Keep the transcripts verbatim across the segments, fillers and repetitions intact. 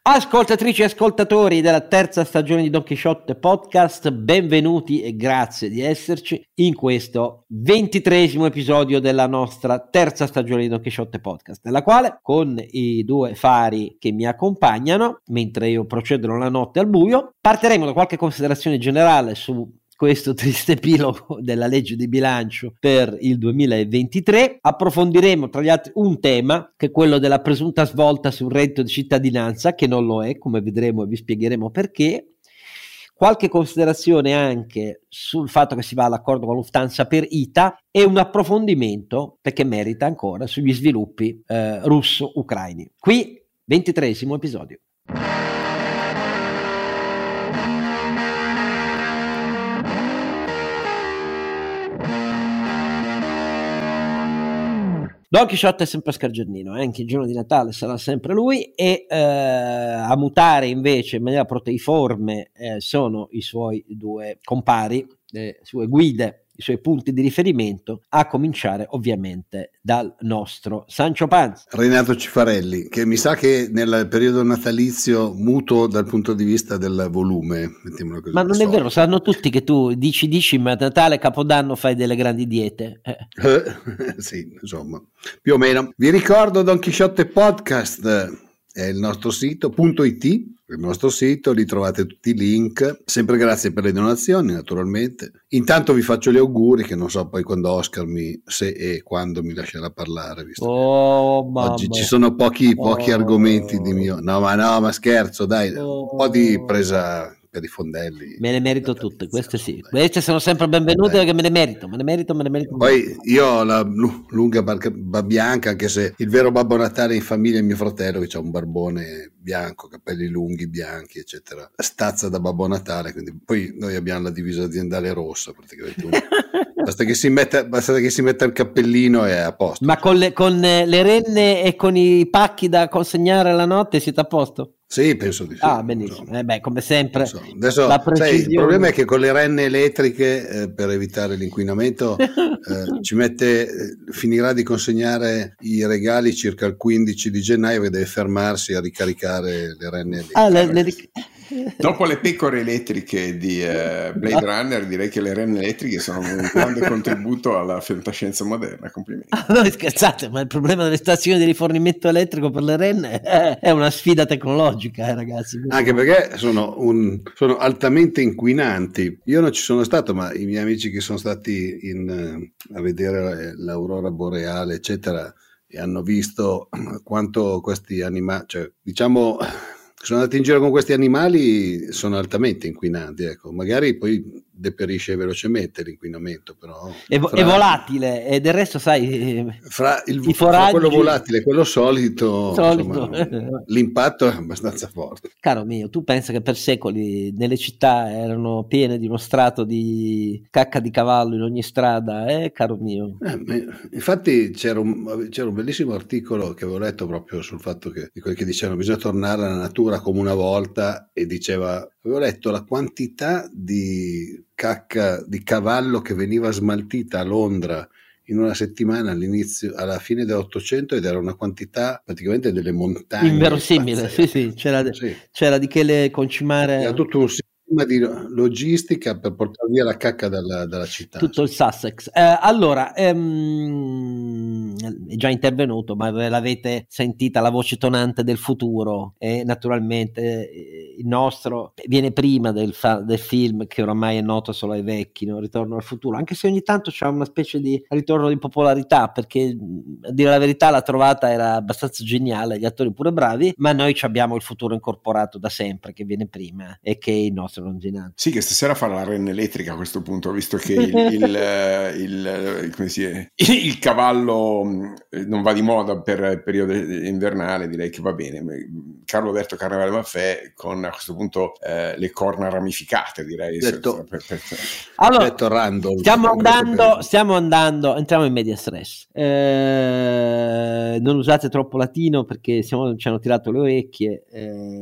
Ascoltatrici e ascoltatori della terza stagione di Don Chisciotte Podcast, benvenuti e grazie di esserci in questo ventitreesimo episodio della nostra terza stagione di Don Chisciotte Podcast, nella quale, con i due fari che mi accompagnano mentre io procedo nella notte al buio, partiremo da qualche considerazione generale su questo triste epilogo della legge di bilancio per il duemilaventitré. Approfondiremo tra gli altri un tema, che è quello della presunta svolta sul reddito di cittadinanza, che non lo è, come vedremo e vi spiegheremo perché. Qualche considerazione anche sul fatto che si va all'accordo con Lufthansa per I T A e un approfondimento, perché merita ancora, sugli sviluppi eh, russo-ucraini. Qui, ventitreesimo episodio. Don Chisciotte è sempre Scargiannino, eh? Anche il giorno di Natale sarà sempre lui e eh, a mutare invece in maniera proteiforme eh, sono i suoi due compari, le sue guide, i suoi punti di riferimento, a cominciare ovviamente dal nostro Sancio Panza. Renato Cifarelli, che mi sa che nel periodo natalizio muto dal punto di vista del volume, mettiamolo così. Ma non è vero, sanno tutti che tu dici dici ma Natale, Capodanno fai delle grandi diete. Eh. Eh, sì, insomma, più o meno. Vi ricordo Don Chisciotte Podcast è il nostro sito, punto it, il nostro sito, lì trovate tutti i link, sempre grazie per le donazioni naturalmente. Intanto vi faccio gli auguri, che non so poi quando Oscar mi, se e quando mi lascerà parlare, visto oh, che oggi ci sono pochi, pochi oh. argomenti di mio, no ma no ma scherzo dai, oh. un po' di presa per i fondelli. Me le merito tutte, queste sì, queste sono sempre benvenute perché me le merito, me le merito, me le merito. Poi io ho la lunga barba bianca, anche se il vero Babbo Natale in famiglia è mio fratello, che ha un barbone bianco, capelli lunghi, bianchi, eccetera. Stazza da Babbo Natale, quindi poi noi abbiamo la divisa aziendale rossa, praticamente. Basta che si metta, basta che si metta il cappellino e è a posto. Ma con le, con le renne e con i pacchi da consegnare la notte siete a posto? Sì, penso di sì. Ah, benissimo. So. Eh beh, come sempre. So. Adesso, la sai, il problema è che con le renne elettriche, eh, per evitare l'inquinamento, eh, ci mette, eh, finirà di consegnare i regali circa il quindici di gennaio, che deve fermarsi a ricaricare le renne elettriche. Ah, le, le... Dopo le pecore elettriche di uh, Blade Runner, direi che le renne elettriche sono un grande contributo alla fantascienza moderna. Complimenti. Ah, no, scherzate, ma il problema delle stazioni di rifornimento elettrico per le renne è, è una sfida tecnologica, eh, ragazzi. Anche perché sono, un, sono altamente inquinanti. Io non ci sono stato, ma i miei amici che sono stati in, uh, a vedere l'aurora boreale, eccetera, e hanno visto quanto questi animali, cioè, diciamo, sono andati in giro con questi animali, sono altamente inquinanti, ecco. Magari poi deperisce velocemente l'inquinamento, però è, fra, è volatile, e del resto sai, fra, il, i foraggi, fra quello volatile e quello solito, solito. Insomma, l'impatto è abbastanza forte. Caro mio, tu pensa che per secoli nelle città erano piene di uno strato di cacca di cavallo in ogni strada, eh, caro mio? Eh, infatti c'era un, c'era un bellissimo articolo che avevo letto proprio sul fatto che, di quelli che dicevano bisogna tornare alla natura come una volta, e diceva, avevo letto la quantità di cacca di cavallo che veniva smaltita a Londra in una settimana all'inizio, alla fine dell'Ottocento, ed era una quantità praticamente delle montagne. Inverosimile, sì, sì, c'era, sì. c'era di che le concimare. Era tutto un sistema di logistica per portare via la cacca dalla, dalla città. Tutto il Sussex. Eh, allora, ehm, è già intervenuto, ma ve l'avete sentita la voce tonante del futuro, e naturalmente il nostro viene prima del, fa- del film che oramai è noto solo ai vecchi, no? Ritorno al futuro, anche se ogni tanto c'è una specie di ritorno di popolarità, perché a dire la verità la trovata era abbastanza geniale, gli attori pure bravi, ma noi ci abbiamo il futuro incorporato da sempre, che viene prima e che è il nostro longinante. Sì, che stasera farà la renna elettrica a questo punto, visto che il, il, il, il, come si è, il cavallo non va di moda per il periodo invernale, direi che va bene. Carlo Alberto Carnevale Maffè con a questo punto eh, le corna ramificate, direi. Detto, per, per... Allora, detto Randall, stiamo andando, stiamo andando, entriamo in medias res. Eh, non usate troppo latino perché siamo, ci hanno tirato le orecchie. Eh,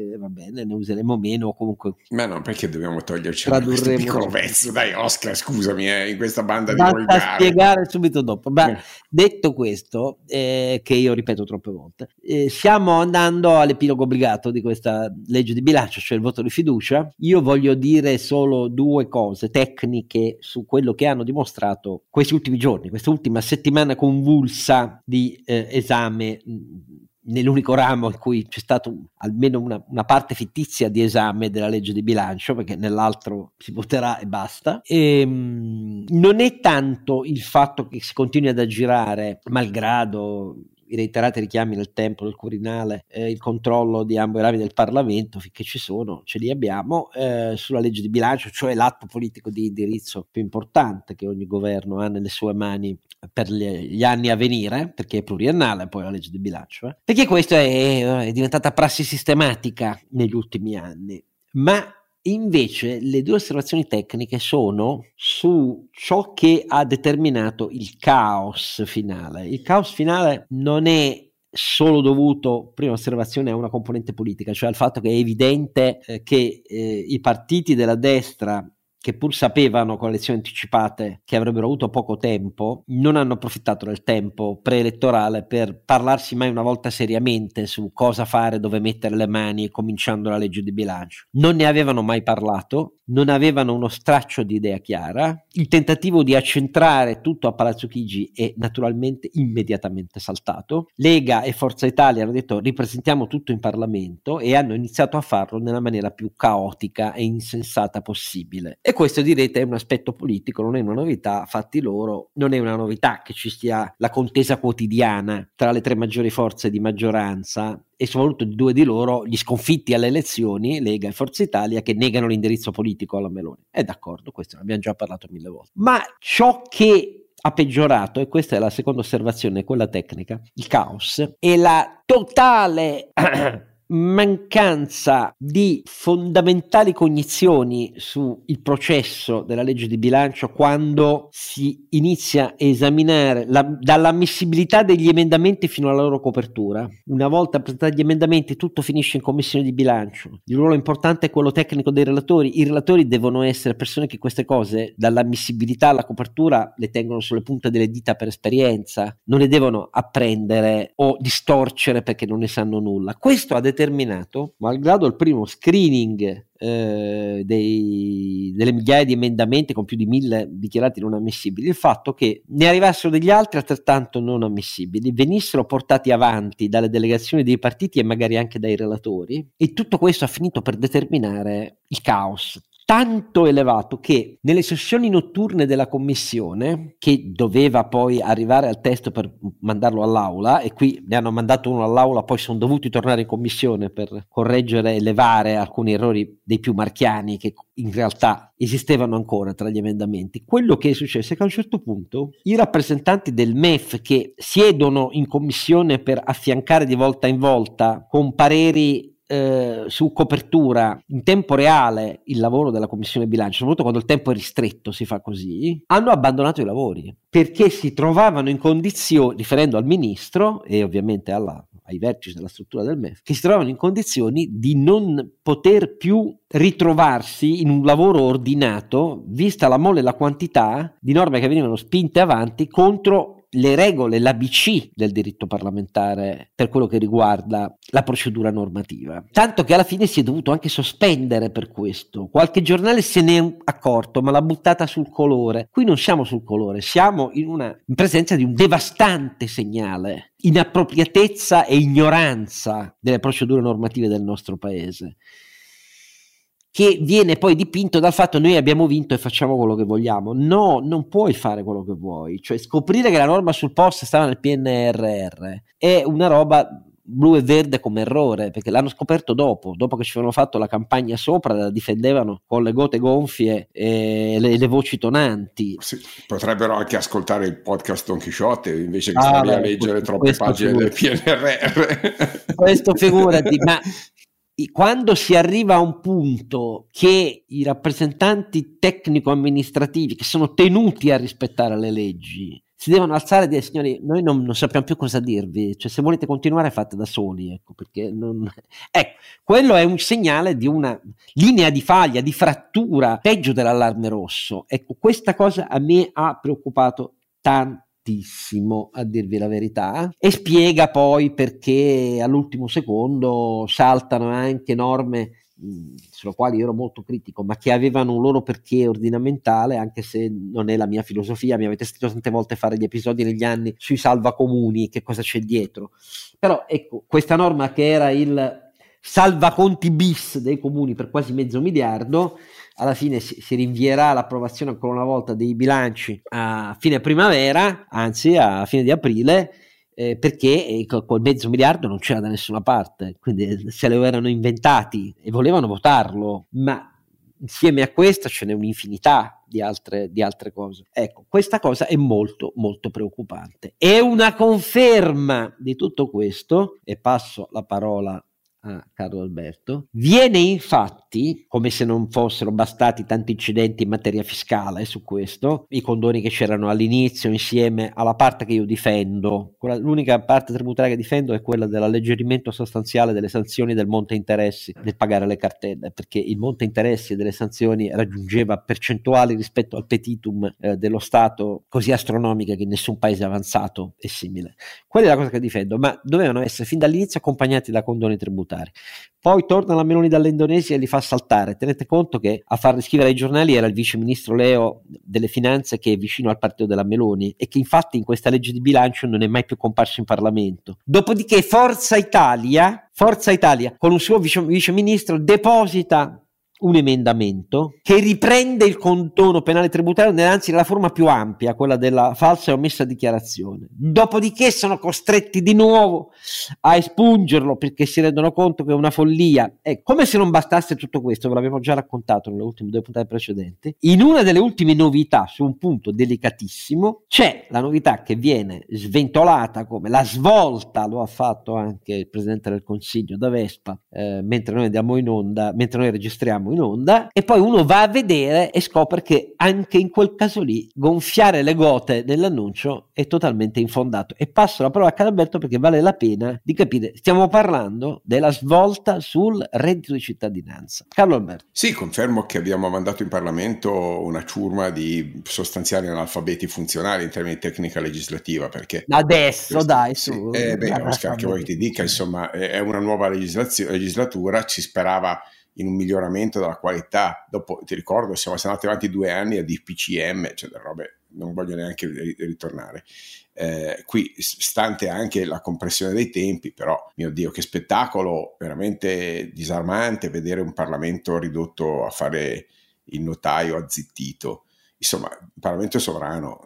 eh, va bene, ne useremo meno, comunque. Ma no, perché dobbiamo toglierci questo piccolo pezzo? Dai, Oscar, scusami, eh, in questa banda di volgari. Basta spiegare subito dopo. Ma eh. detto questo, eh, che io ripeto troppe volte, eh, stiamo andando all'epilogo obbligato di questa legge di bilancio, cioè il voto di fiducia. Io voglio dire solo due cose tecniche su quello che hanno dimostrato questi ultimi giorni, questa ultima settimana convulsa di eh, esame nell'unico ramo in cui c'è stata almeno una, una parte fittizia di esame della legge di bilancio, perché nell'altro si voterà e basta. E, mh, non è tanto il fatto che si continui ad aggirare, malgrado i reiterati richiami nel tempo del Quirinale, eh, il controllo di ambo i rami del Parlamento, finché ci sono, ce li abbiamo, eh, sulla legge di bilancio, cioè l'atto politico di indirizzo più importante che ogni governo ha nelle sue mani per gli, gli anni a venire, perché è pluriennale poi la legge di bilancio, eh? Perché questo è, è diventata prassi sistematica negli ultimi anni. Ma invece le due osservazioni tecniche sono su ciò che ha determinato il caos finale. Il caos finale non è solo dovuto, prima osservazione, a una componente politica, cioè al fatto che è evidente eh, che eh, i partiti della destra, che pur sapevano con le elezioni anticipate che avrebbero avuto poco tempo, non hanno approfittato del tempo preelettorale per parlarsi mai una volta seriamente su cosa fare, dove mettere le mani, cominciando la legge di bilancio. Non ne avevano mai parlato, non avevano uno straccio di idea chiara. Il tentativo di accentrare tutto a Palazzo Chigi è naturalmente immediatamente saltato. Lega e Forza Italia hanno detto ripresentiamo tutto in Parlamento e hanno iniziato a farlo nella maniera più caotica e insensata possibile. E questo, direte, è un aspetto politico, non è una novità, fatti loro, non è una novità che ci stia la contesa quotidiana tra le tre maggiori forze di maggioranza e soprattutto di due di loro, gli sconfitti alle elezioni, Lega e Forza Italia, che negano l'indirizzo politico alla Meloni. È d'accordo, questo ne abbiamo già parlato mille volte. Ma ciò che ha peggiorato, e questa è la seconda osservazione, quella tecnica, il caos, è la totale mancanza di fondamentali cognizioni sul processo della legge di bilancio quando si inizia a esaminare la, dall'ammissibilità degli emendamenti fino alla loro copertura. Una volta presentati gli emendamenti tutto finisce in commissione di bilancio. Il ruolo importante è quello tecnico dei relatori. I relatori devono essere persone che queste cose, dall'ammissibilità alla copertura, le tengono sulle punte delle dita per esperienza, non le devono apprendere o distorcere perché non ne sanno nulla. Questo ha determinato, malgrado il primo screening eh, dei, delle migliaia di emendamenti con più di mille dichiarati non ammissibili, il fatto che ne arrivassero degli altri altrettanto non ammissibili, venissero portati avanti dalle delegazioni dei partiti e magari anche dai relatori, e tutto questo ha finito per determinare il caos tanto elevato che nelle sessioni notturne della commissione, che doveva poi arrivare al testo per mandarlo all'aula, e qui ne hanno mandato uno all'aula, poi sono dovuti tornare in commissione per correggere e levare alcuni errori dei più marchiani che in realtà esistevano ancora tra gli emendamenti. Quello che è successo è che a un certo punto i rappresentanti del M E F, che siedono in commissione per affiancare di volta in volta con pareri Eh, su copertura in tempo reale il lavoro della commissione bilancio, soprattutto quando il tempo è ristretto si fa così, hanno abbandonato i lavori perché si trovavano in condizioni, riferendo al ministro e ovviamente alla, ai vertici della struttura del M E F, che si trovavano in condizioni di non poter più ritrovarsi in un lavoro ordinato, vista la mole e la quantità di norme che venivano spinte avanti contro le regole, l'A B C del diritto parlamentare per quello che riguarda la procedura normativa. Tanto che alla fine si è dovuto anche sospendere per questo. Qualche giornale se ne è accorto, ma l'ha buttata sul colore. Qui non siamo sul colore, siamo in, una, in presenza di un devastante segnale, inappropriatezza e ignoranza delle procedure normative del nostro paese, che viene poi dipinto dal fatto noi abbiamo vinto e facciamo quello che vogliamo. No, non puoi fare quello che vuoi. Cioè, scoprire che la norma sul P O S stava nel P N R R è una roba blu e verde come errore, perché l'hanno scoperto dopo, dopo che ci avevano fatto la campagna sopra, la difendevano con le gote gonfie e le, le voci tonanti. Sì, potrebbero anche ascoltare il podcast Don Chisciotte invece che ah, stare beh, a leggere troppe pagine del P N R R. Questo figurati, ma quando si arriva a un punto che i rappresentanti tecnico-amministrativi, che sono tenuti a rispettare le leggi, si devono alzare e dire: signori, noi non, non sappiamo più cosa dirvi, cioè se volete continuare fate da soli, ecco, perché non... ecco, quello è un segnale di una linea di faglia, di frattura, peggio dell'allarme rosso. Ecco, questa cosa a me ha preoccupato tantissimo, a dirvi la verità, e spiega poi perché all'ultimo secondo saltano anche norme sulle quali io ero molto critico, ma che avevano un loro perché ordinamentale, anche se non è la mia filosofia. Mi avete sentito tante volte fare gli episodi negli anni sui salvacomuni, che cosa c'è dietro, però ecco, questa norma che era il salvaconti bis dei comuni per quasi mezzo miliardo, alla fine si, si rinvierà l'approvazione ancora una volta dei bilanci a fine primavera, anzi a fine di aprile, Eh, perché eh, col mezzo miliardo non c'era da nessuna parte, quindi se lo erano inventati e volevano votarlo, ma insieme a questa ce n'è un'infinità di altre, di altre cose. Ecco, questa cosa è molto molto preoccupante. È una conferma di tutto questo, e passo la parola a Carlo Alberto. Viene infatti, come se non fossero bastati tanti incidenti in materia fiscale su questo, i condoni che c'erano all'inizio insieme alla parte che io difendo, quella, l'unica parte tributaria che difendo è quella dell'alleggerimento sostanziale delle sanzioni del monte interessi nel pagare le cartelle, perché il monte interessi delle sanzioni raggiungeva percentuali rispetto al petitum eh, dello Stato così astronomiche che nessun paese avanzato è simile. Quella è la cosa che difendo, ma dovevano essere fin dall'inizio accompagnati da condoni tributari. Poi torna la Meloni dall'Indonesia e li fa saltare. Tenete conto che a far riscrivere ai giornali era il vice ministro Leo delle finanze, che è vicino al partito della Meloni e che infatti in questa legge di bilancio non è mai più comparso in Parlamento. Dopodiché Forza Italia, Forza Italia con un suo vice, vice ministro deposita un emendamento che riprende il condono penale tributario, anzi nella forma più ampia, quella della falsa e omessa dichiarazione. Dopodiché sono costretti di nuovo a espungerlo perché si rendono conto che è una follia. E come se non bastasse tutto questo, ve l'abbiamo già raccontato nelle ultime due puntate precedenti, in una delle ultime novità su un punto delicatissimo c'è la novità che viene sventolata come la svolta, lo ha fatto anche il Presidente del Consiglio da Vespa, eh, mentre noi andiamo in onda, mentre noi registriamo in onda, e poi uno va a vedere e scopre che anche in quel caso lì gonfiare le gote nell'annuncio è totalmente infondato. E passo la parola a Carlo perché vale la pena di capire. Stiamo parlando della svolta sul reddito di cittadinanza. Carlo Alberto. Sì, confermo che abbiamo mandato in Parlamento una ciurma di sostanziali analfabeti funzionali in termini di tecnica legislativa, perché adesso questo, dai sì, su eh, beh, Oscar, che vuoi che ti dica, insomma, è una nuova legislatura, ci sperava in un miglioramento della qualità. Dopo, ti ricordo, siamo andati avanti due anni a D P C M, cioè delle robe, non voglio neanche ritornare. Eh, qui, stante anche la compressione dei tempi, però, mio Dio, che spettacolo veramente disarmante vedere un Parlamento ridotto a fare il notaio azzittito. Insomma, il Parlamento è sovrano,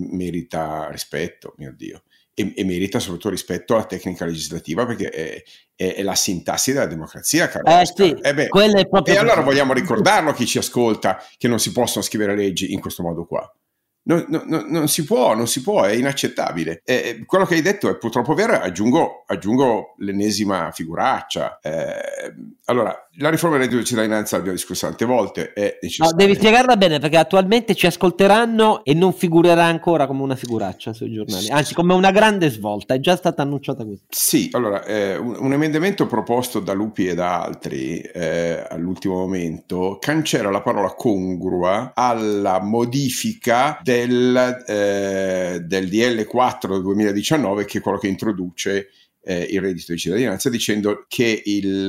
merita rispetto, mio Dio. E, e merita soprattutto rispetto alla tecnica legislativa, perché è, è, è la sintassi della democrazia, caro eh, Oscar. sì, eh beh, è proprio e allora così. Vogliamo ricordarlo a chi ci ascolta che non si possono scrivere leggi in questo modo qua. Non, non, non si può, non si può, è inaccettabile. Eh, quello che hai detto è purtroppo vero. Aggiungo, aggiungo l'ennesima figuraccia. Eh, allora, la riforma del reddito di cittadinanza l'abbiamo discusso tante volte. È no, devi spiegarla bene, perché attualmente ci ascolteranno e non figurerà ancora come una figuraccia sui giornali, anzi come una grande svolta. È già stata annunciata questa. Sì, allora, eh, un, un emendamento proposto da Lupi e da altri eh, all'ultimo momento cancella la parola congrua alla modifica del, eh, del D L quattro del duemiladiciannove, che è quello che introduce eh, il reddito di cittadinanza, dicendo che il,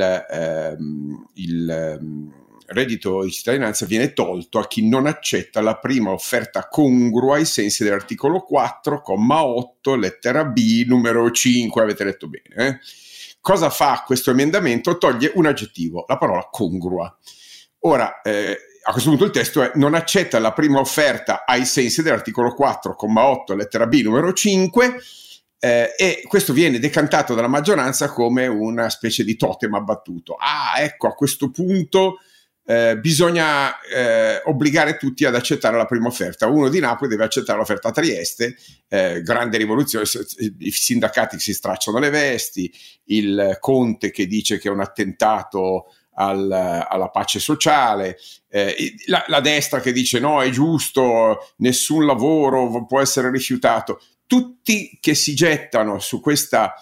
ehm, il ehm, reddito di cittadinanza viene tolto a chi non accetta la prima offerta congrua ai sensi dell'articolo quattro, comma otto, lettera B, numero cinque. Avete letto bene, eh? Cosa fa questo emendamento? Toglie un aggettivo, la parola congrua. Ora, eh, a questo punto il testo è: non accetta la prima offerta ai sensi dell'articolo quattro, comma otto, lettera B, numero cinque, eh, e questo viene decantato dalla maggioranza come una specie di totem abbattuto. Ah, ecco, a questo punto eh, bisogna eh, obbligare tutti ad accettare la prima offerta. Uno di Napoli deve accettare l'offerta a Trieste, eh, grande rivoluzione, i sindacati che si stracciano le vesti, il Conte che dice che è un attentato al, alla pace sociale, eh, la, la destra che dice no, è giusto, nessun lavoro può essere rifiutato, tutti che si gettano su questa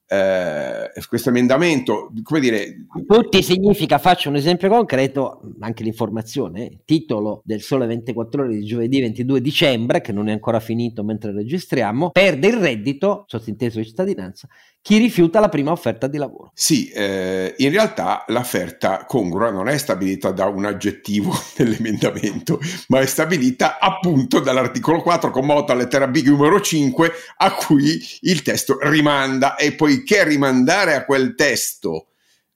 Eh, questo emendamento, come dire, tutti significa, faccio un esempio concreto, anche l'informazione, eh, titolo del Sole ventiquattro Ore di giovedì ventidue dicembre, che non è ancora finito mentre registriamo: perde il reddito, sottinteso di cittadinanza, chi rifiuta la prima offerta di lavoro. Sì, eh, in realtà l'offerta congrua non è stabilita da un aggettivo dell'emendamento, ma è stabilita appunto dall'articolo quattro, comma otto, lettera B, numero cinque, a cui il testo rimanda, e poiché rimandare a quel testo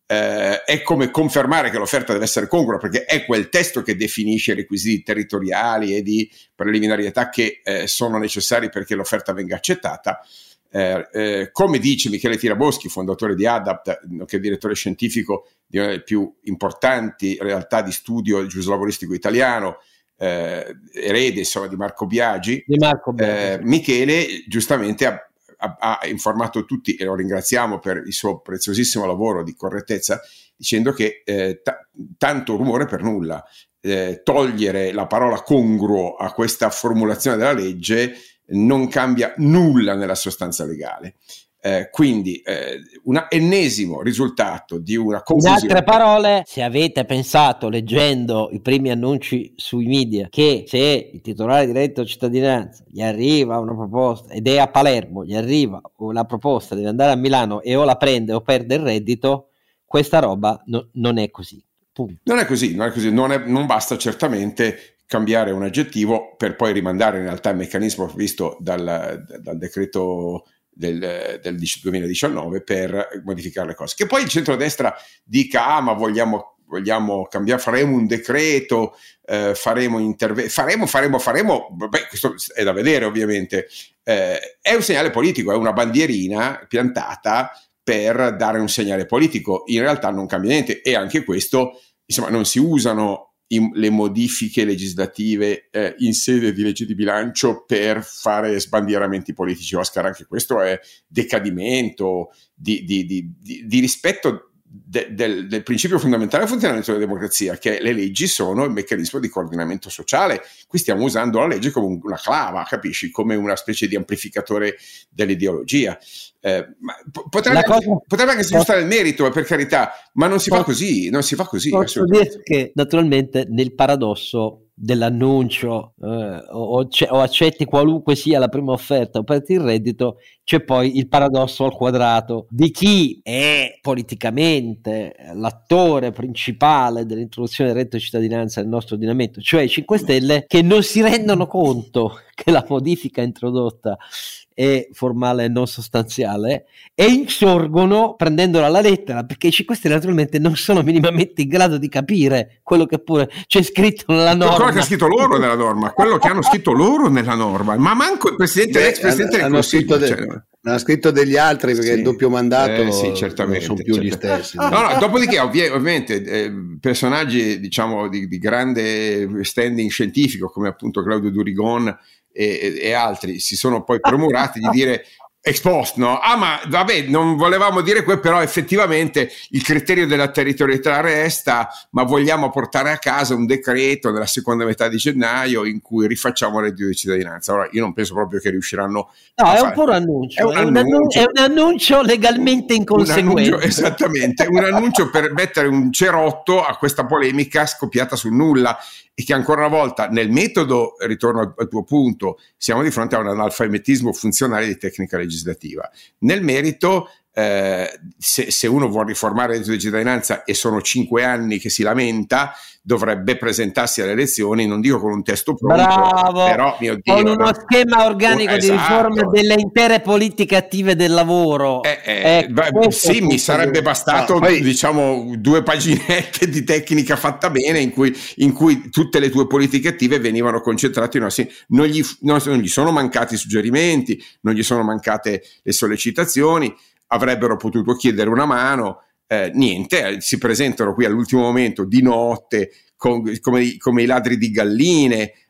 eh, è come confermare che l'offerta deve essere congrua, perché è quel testo che definisce i requisiti territoriali e di preliminarietà che eh, sono necessari perché l'offerta venga accettata. Eh, eh, come dice Michele Tiraboschi, fondatore di ADAPT, nonché direttore scientifico di una delle più importanti realtà di studio giuslavoristico italiano, eh, erede insomma di Marco Biagi, di Marco Biagi. Eh, Michele giustamente ha, ha, ha informato tutti, e lo ringraziamo per il suo preziosissimo lavoro di correttezza, dicendo che eh, t- tanto rumore per nulla. Eh, togliere la parola congruo a questa formulazione della legge non cambia nulla nella sostanza legale. Eh, quindi eh, un ennesimo risultato di una confusione. In altre parole, se avete pensato, leggendo i primi annunci sui media, che se il titolare di reddito cittadinanza gli arriva una proposta ed è a Palermo, gli arriva una proposta, deve andare a Milano e o la prende o perde il reddito, questa roba no, non è così. Punto. Non è così, non è così, non, è, non basta certamente cambiare un aggettivo per poi rimandare in realtà il meccanismo previsto dal, dal decreto del, del duemiladiciannove per modificare le cose. Che poi il centrodestra dica ah ma vogliamo, vogliamo cambiare, faremo un decreto, eh, faremo interventi, faremo, faremo, faremo, beh, questo è da vedere ovviamente, eh, è un segnale politico, è una bandierina piantata per dare un segnale politico, in realtà non cambia niente, e anche questo, insomma, non si usano in, le modifiche legislative eh, in sede di legge di bilancio per fare sbandieramenti politici. Oscar, anche questo è decadimento di, di, di, di, di rispetto de, del, del principio fondamentale del funzionamento della democrazia, che le leggi sono il meccanismo di coordinamento sociale. Qui stiamo usando la legge come una clava, capisci? Come una specie di amplificatore dell'ideologia. Eh, ma potrebbe, cosa, anche, potrebbe anche spostare il merito, per carità, ma non si posso, fa così, non si fa così. Posso dire che naturalmente nel paradosso dell'annuncio eh, o, o accetti qualunque sia la prima offerta o perdi il reddito, c'è poi il paradosso al quadrato di chi è politicamente l'attore principale dell'introduzione del reddito di cittadinanza nel nostro ordinamento, cioè i cinque Stelle, che non si rendono conto che la modifica introdotta è formale e non sostanziale, e insorgono prendendola alla lettera, perché i cinque Stelle naturalmente non sono minimamente in grado di capire quello che pure c'è scritto nella norma. Quello che ha scritto loro nella norma, quello che hanno scritto loro nella norma, ma manco il presidente, l'ex presidente del Consiglio. De- cioè, hanno scritto degli altri, perché sì, il doppio mandato eh, sì, certamente, non sono più certamente. gli stessi. No, no, dopodiché ovvi- ovviamente eh, personaggi diciamo di, di grande standing scientifico come appunto Claudio Durigon e, e altri si sono poi premurati di dire ex post, no? Ah, ma vabbè, non volevamo dire quello, però effettivamente il criterio della territorialità resta, ma vogliamo portare a casa un decreto nella seconda metà di gennaio in cui rifacciamo il reddito di cittadinanza. Ora, io non penso proprio che riusciranno no, a è fare. un puro annuncio, è un, è un annuncio, è un annuncio legalmente inconseguente. Un annuncio, esattamente, un annuncio per mettere un cerotto a questa polemica scoppiata sul nulla, e che ancora una volta nel metodo, ritorno al, al tuo punto, siamo di fronte a un analfabetismo funzionale di tecnica legislativa. Nel merito, eh, se, se uno vuole riformare il reddito di cittadinanza e sono cinque anni che si lamenta, dovrebbe presentarsi alle elezioni, non dico con un testo pronto, bravo, però mio Dio, con uno schema organico un, di esatto. riforma delle intere politiche attive del lavoro. Eh, eh, beh, sì, mi sarebbe bastato no, poi, diciamo due paginette di tecnica fatta bene in cui, in cui tutte le tue politiche attive venivano concentrate in una, non, gli, non, non gli sono mancati suggerimenti, non gli sono mancate le sollecitazioni, avrebbero potuto chiedere una mano. Eh, niente, si presentano qui all'ultimo momento di notte con, come, come i ladri di galline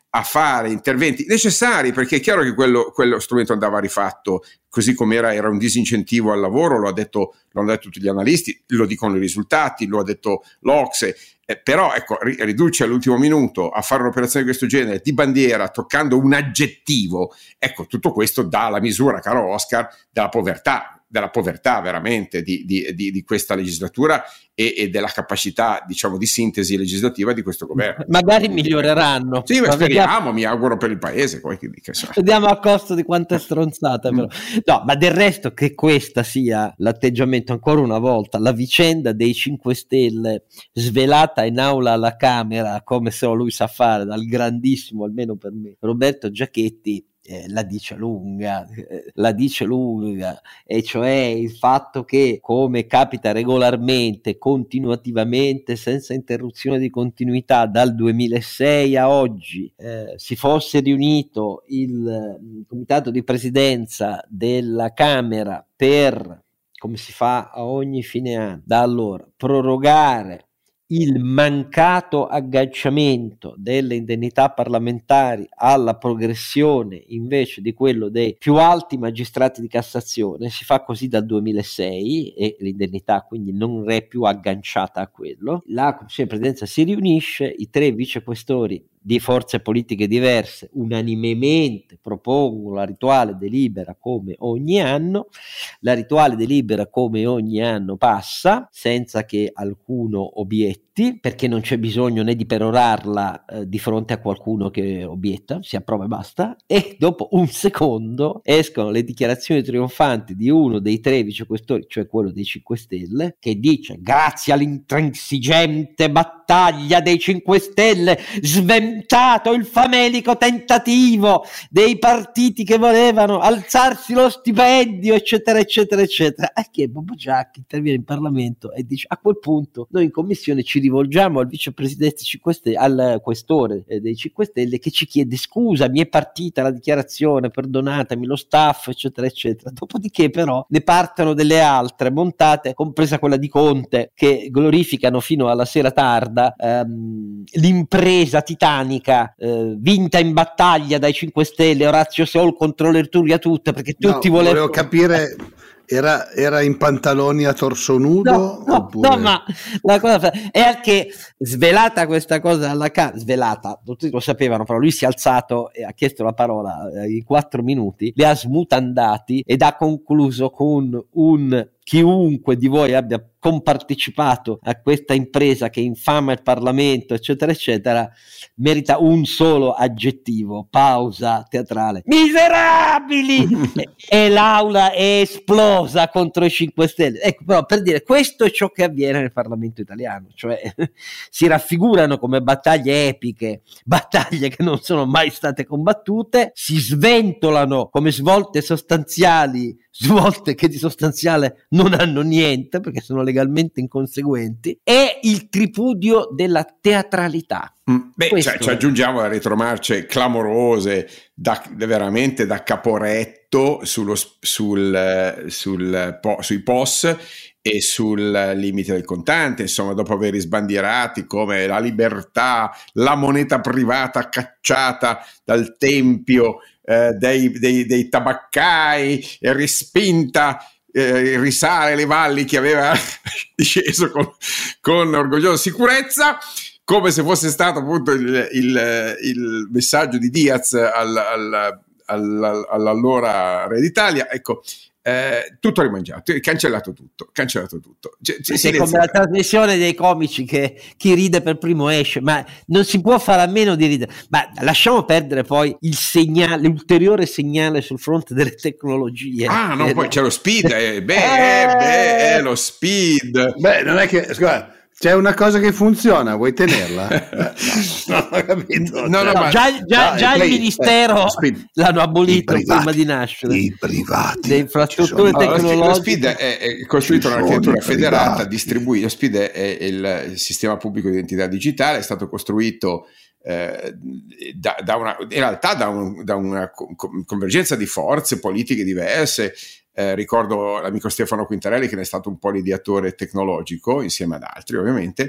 a fare interventi necessari, perché è chiaro che quello, quello strumento andava rifatto, così come era, era un disincentivo al lavoro, lo ha detto, lo hanno detto tutti gli analisti, lo dicono i risultati, lo ha detto l'Ocse, eh, però ecco, ri, riduce all'ultimo minuto a fare un'operazione di questo genere di bandiera, toccando un aggettivo, ecco, tutto questo dà la misura, caro Oscar, della povertà, della povertà veramente di, di, di, di questa legislatura e, e della capacità, diciamo, di sintesi legislativa di questo governo. Magari miglioreranno. Sì, ma speriamo, vediamo. Mi auguro per il paese. Poi, che so. Vediamo a costo di quante stronzate, però. No, ma del resto che questa sia l'atteggiamento, ancora una volta, la vicenda dei cinque Stelle svelata in aula alla Camera, come solo lui sa fare, dal grandissimo, almeno per me, Roberto Giachetti, Eh, la dice lunga, eh, la dice lunga, e cioè il fatto che, come capita regolarmente, continuativamente, senza interruzione di continuità, dal duemilasei a oggi, eh, si fosse riunito il, il comitato di presidenza della Camera per, come si fa a ogni fine anno, da allora, prorogare il mancato agganciamento delle indennità parlamentari alla progressione invece di quello dei più alti magistrati di Cassazione. Si fa così dal duemilasei e l'indennità quindi non è più agganciata a quello. La Consiglio di Presidenza si riunisce, i tre vicequestori di forze politiche diverse unanimemente propongono la rituale delibera come ogni anno. La rituale delibera come ogni anno passa senza che alcuno obietti, perché non c'è bisogno né di perorarla eh, di fronte a qualcuno che obietta, si approva e basta, e dopo un secondo escono le dichiarazioni trionfanti di uno dei tre vicequestori, cioè quello dei cinque Stelle, che dice: grazie all'intransigente battaglia dei cinque Stelle sventato il famelico tentativo dei partiti che volevano alzarsi lo stipendio, eccetera eccetera eccetera, e che Bobo Giacchi interviene in Parlamento e dice: a quel punto noi in commissione ci rivolgiamo al vicepresidente cinque Stelle, al questore eh, dei cinque Stelle, che ci chiede scusa, mi è partita la dichiarazione, perdonatemi, lo staff, eccetera eccetera. Dopodiché però ne partono delle altre montate, compresa quella di Conte, che glorificano fino alla sera tarda ehm, l'impresa titanica eh, vinta in battaglia dai cinque Stelle, Orazio Sol contro l'Erturia tutta, perché tutti no, volevano... volevo capire... Era, era in pantaloni a torso nudo? No, no, oppure... no, ma la cosa è che, svelata questa cosa alla Camera, svelata, tutti lo sapevano, però lui si è alzato e ha chiesto la parola eh, in quattro minuti, li ha smutandati ed ha concluso con un: chiunque di voi abbia compartecipato a questa impresa che infama il Parlamento, eccetera eccetera, merita un solo aggettivo, pausa teatrale: miserabili! e, e l'aula è esplosa contro i cinque Stelle. Ecco, però, per dire, questo è ciò che avviene nel Parlamento italiano, cioè si raffigurano come battaglie epiche, battaglie che non sono mai state combattute, si sventolano come svolte sostanziali, svolte che di sostanziale non hanno niente perché sono legalmente inconseguenti, e il tripudio della teatralità. Mm, beh, cioè, ci aggiungiamo le retromarce clamorose da, veramente da Caporetto sullo, sul, sul, po, sui P O S e sul limite del contante, insomma, dopo aver sbandierati come la libertà, la moneta privata cacciata dal tempio eh, dei, dei, dei tabaccai e respinta, eh, risale le valli che aveva disceso con, con orgogliosa sicurezza, come se fosse stato appunto il, il, il messaggio di Diaz al, al, al, all'allora re d'Italia. Ecco, eh, tutto rimangiato, cancellato tutto, cancellato tutto. C- c- è come la trasmissione dei comici che chi ride per primo esce, ma non si può fare a meno di ridere. Ma lasciamo perdere poi il segnale, l'ulteriore segnale sul fronte delle tecnologie. Ah no, eh, poi no. c'è lo speed, eh, beh, eh, beh, eh, lo speed. Beh, non è che, scusa, c'è una cosa che funziona, vuoi tenerla? no, no, ho capito. No, no, No, ma... già già, no, già il poi, ministero eh, l'hanno abolito privati, prima di nascere. I privati. Le infrastrutture sono... tecnologiche. Lo SPID è, è costruito Ci un'architettura sono i federata, privati. distribuito. Lo SPID è, è il, il sistema pubblico di identità digitale, è stato costruito eh, da, da una, in realtà da, un, da una convergenza di forze politiche diverse. Eh, ricordo l'amico Stefano Quintarelli, che ne è stato un po' l'ideatore tecnologico insieme ad altri ovviamente,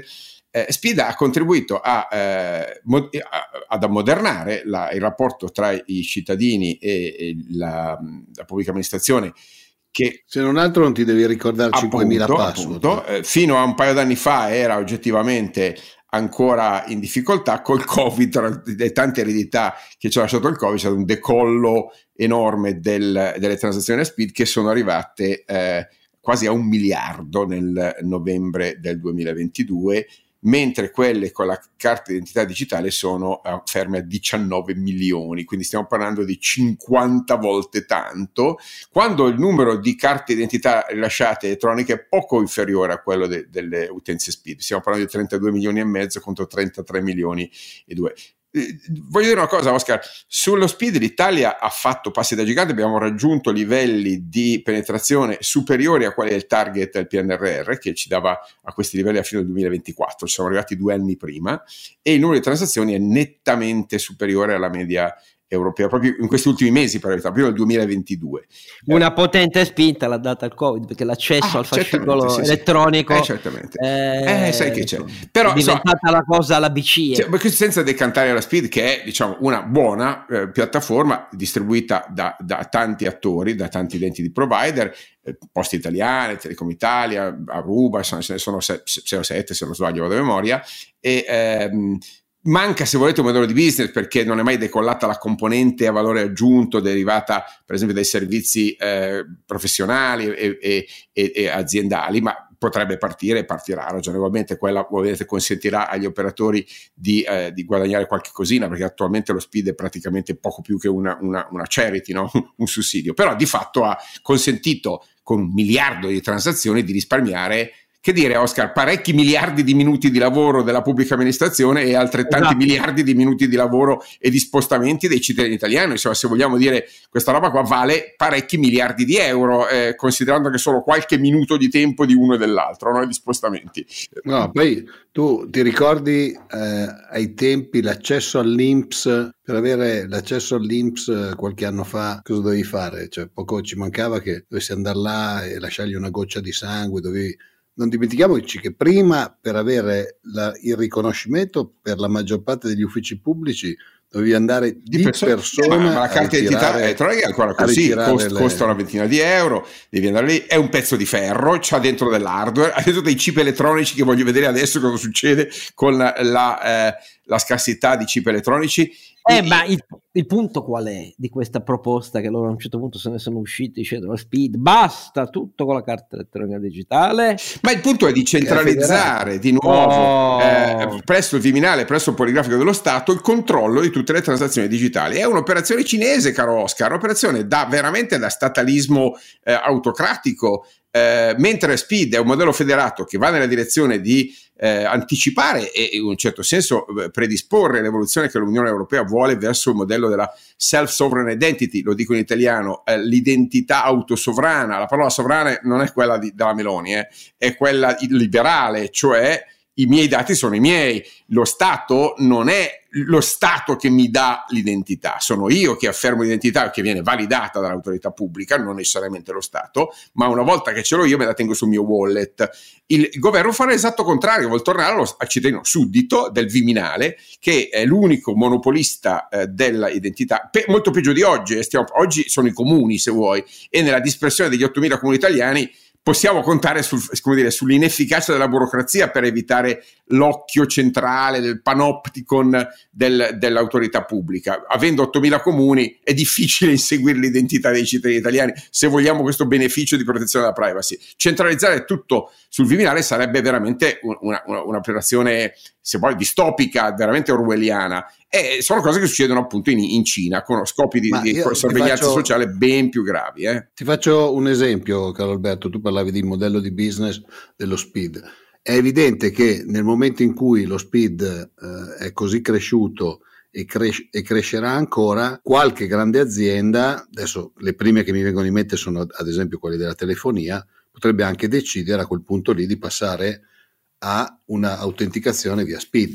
eh, Speed ha contribuito a, eh, mod- a, ad ammodernare la, il rapporto tra i cittadini e, e la, la pubblica amministrazione, che se non altro non ti devi ricordare cinquemila password. Appunto, eh, fino a un paio d'anni fa era oggettivamente ancora in difficoltà. Col Covid, tra le tante eredità che ci ha lasciato il Covid, c'è stato un decollo enorme del, delle transazioni a Speed, che sono arrivate eh, quasi a un miliardo nel novembre del duemilaventidue, mentre quelle con la carta d'identità digitale sono uh, ferme a diciannove milioni, quindi stiamo parlando di cinquanta volte tanto, quando il numero di carte d'identità rilasciate elettroniche è poco inferiore a quello de- delle utenze Speed. Stiamo parlando di trentadue milioni e mezzo contro trentatré milioni e due. Eh, voglio dire una cosa, Oscar, sullo Speed l'Italia ha fatto passi da gigante, abbiamo raggiunto livelli di penetrazione superiori a quelli del target del P N R R, che ci dava a questi livelli a fine del duemilaventiquattro, ci siamo arrivati due anni prima, e il numero di transazioni è nettamente superiore alla media europea, proprio in questi ultimi mesi, per la verità, prima del duemilaventidue. Una eh. potente spinta l'ha data il Covid, perché l'accesso ah, al fascicolo sì, elettronico sì. Eh, certamente. Eh, eh, sai che c'è. Però, è diventata so, la cosa alla B C E. Cioè, questo senza decantare la Speed, che è, diciamo, una buona eh, piattaforma distribuita da, da tanti attori, da tanti identity provider, eh, Poste Italiane, Telecom Italia, Aruba, ce ne sono sei o sette se non sbaglio, vado a memoria, e ehm, manca, se volete, un modello di business, perché non è mai decollata la componente a valore aggiunto derivata per esempio dai servizi eh, professionali e, e, e, e aziendali, ma potrebbe partire e partirà ragionevolmente. Quella ovviamente consentirà agli operatori di, eh, di guadagnare qualche cosina, perché attualmente lo Speed è praticamente poco più che una, una, una charity, no? Un sussidio, però di fatto ha consentito con un miliardo di transazioni di risparmiare, che dire, Oscar, parecchi miliardi di minuti di lavoro della pubblica amministrazione e altrettanti esatto. miliardi di minuti di lavoro e di spostamenti dei cittadini italiani. Insomma, se vogliamo dire, questa roba qua vale parecchi miliardi di euro, eh, considerando che solo qualche minuto di tempo di uno e dell'altro, no? Di spostamenti. No, poi tu ti ricordi eh, ai tempi l'accesso all'I N P S? Per avere l'accesso all'I N P S qualche anno fa cosa dovevi fare? Cioè, poco ci mancava che dovessi andare là e lasciargli una goccia di sangue, dovevi... Non dimentichiamoci che prima, per avere la, il riconoscimento per la maggior parte degli uffici pubblici, dovevi andare di, di persona, persona ma, ma la carta d'identità elettronica è ancora così, cost, le... costa una ventina di euro, devi andare lì, è un pezzo di ferro, c'ha dentro dell'hardware, ha dentro dei chip elettronici, che voglio vedere adesso cosa succede con la, la, eh, la scarsità di chip elettronici. Eh, e, ma il, il punto qual è di questa proposta, che loro a un certo punto se ne sono usciti dicendo Speed, basta tutto con la carta elettronica digitale? Ma il punto è di centralizzare di nuovo oh. eh, presso il Viminale, presso il Poligrafico dello Stato, il controllo di tutte le transazioni digitali. È un'operazione cinese, caro Oscar, un'operazione da veramente da statalismo eh, autocratico. Eh, mentre Speed è un modello federato che va nella direzione di eh, anticipare e in un certo senso eh, predisporre l'evoluzione che l'Unione Europea vuole verso il modello della self-sovereign identity, lo dico in italiano, eh, l'identità autosovrana. La parola sovrana non è quella di, della Meloni, eh, è quella liberale, cioè i miei dati sono i miei, lo Stato non è lo Stato che mi dà l'identità, sono io che affermo l'identità che viene validata dall'autorità pubblica, non necessariamente lo Stato, ma una volta che ce l'ho io me la tengo sul mio wallet. Il, il governo farà l'esatto contrario, vuol tornare allo, al cittadino suddito del Viminale, che è l'unico monopolista eh, dell'identità, pe- molto peggio di oggi, eh, stiamo, oggi sono i comuni, se vuoi, e nella dispersione degli ottomila comuni italiani possiamo contare sul, come dire, sull'inefficacia della burocrazia per evitare l'occhio centrale del panopticon del, dell'autorità pubblica. Avendo ottomila comuni è difficile inseguire l'identità dei cittadini italiani se vogliamo questo beneficio di protezione della privacy. Centralizzare tutto sul Viminale sarebbe veramente una, una, un'operazione, se vuoi, distopica, veramente orwelliana. E sono cose che succedono appunto in, in Cina, con scopi di, di sorveglianza faccio, sociale ben più gravi. Eh. Ti faccio un esempio, caro Alberto, tu parlavi di modello di business dello Speed. È evidente che nel momento in cui lo Speed eh, è così cresciuto e, cres- e crescerà ancora, qualche grande azienda, adesso le prime che mi vengono in mente sono ad esempio quelle della telefonia, potrebbe anche decidere a quel punto lì di passare a una autenticazione via Speed.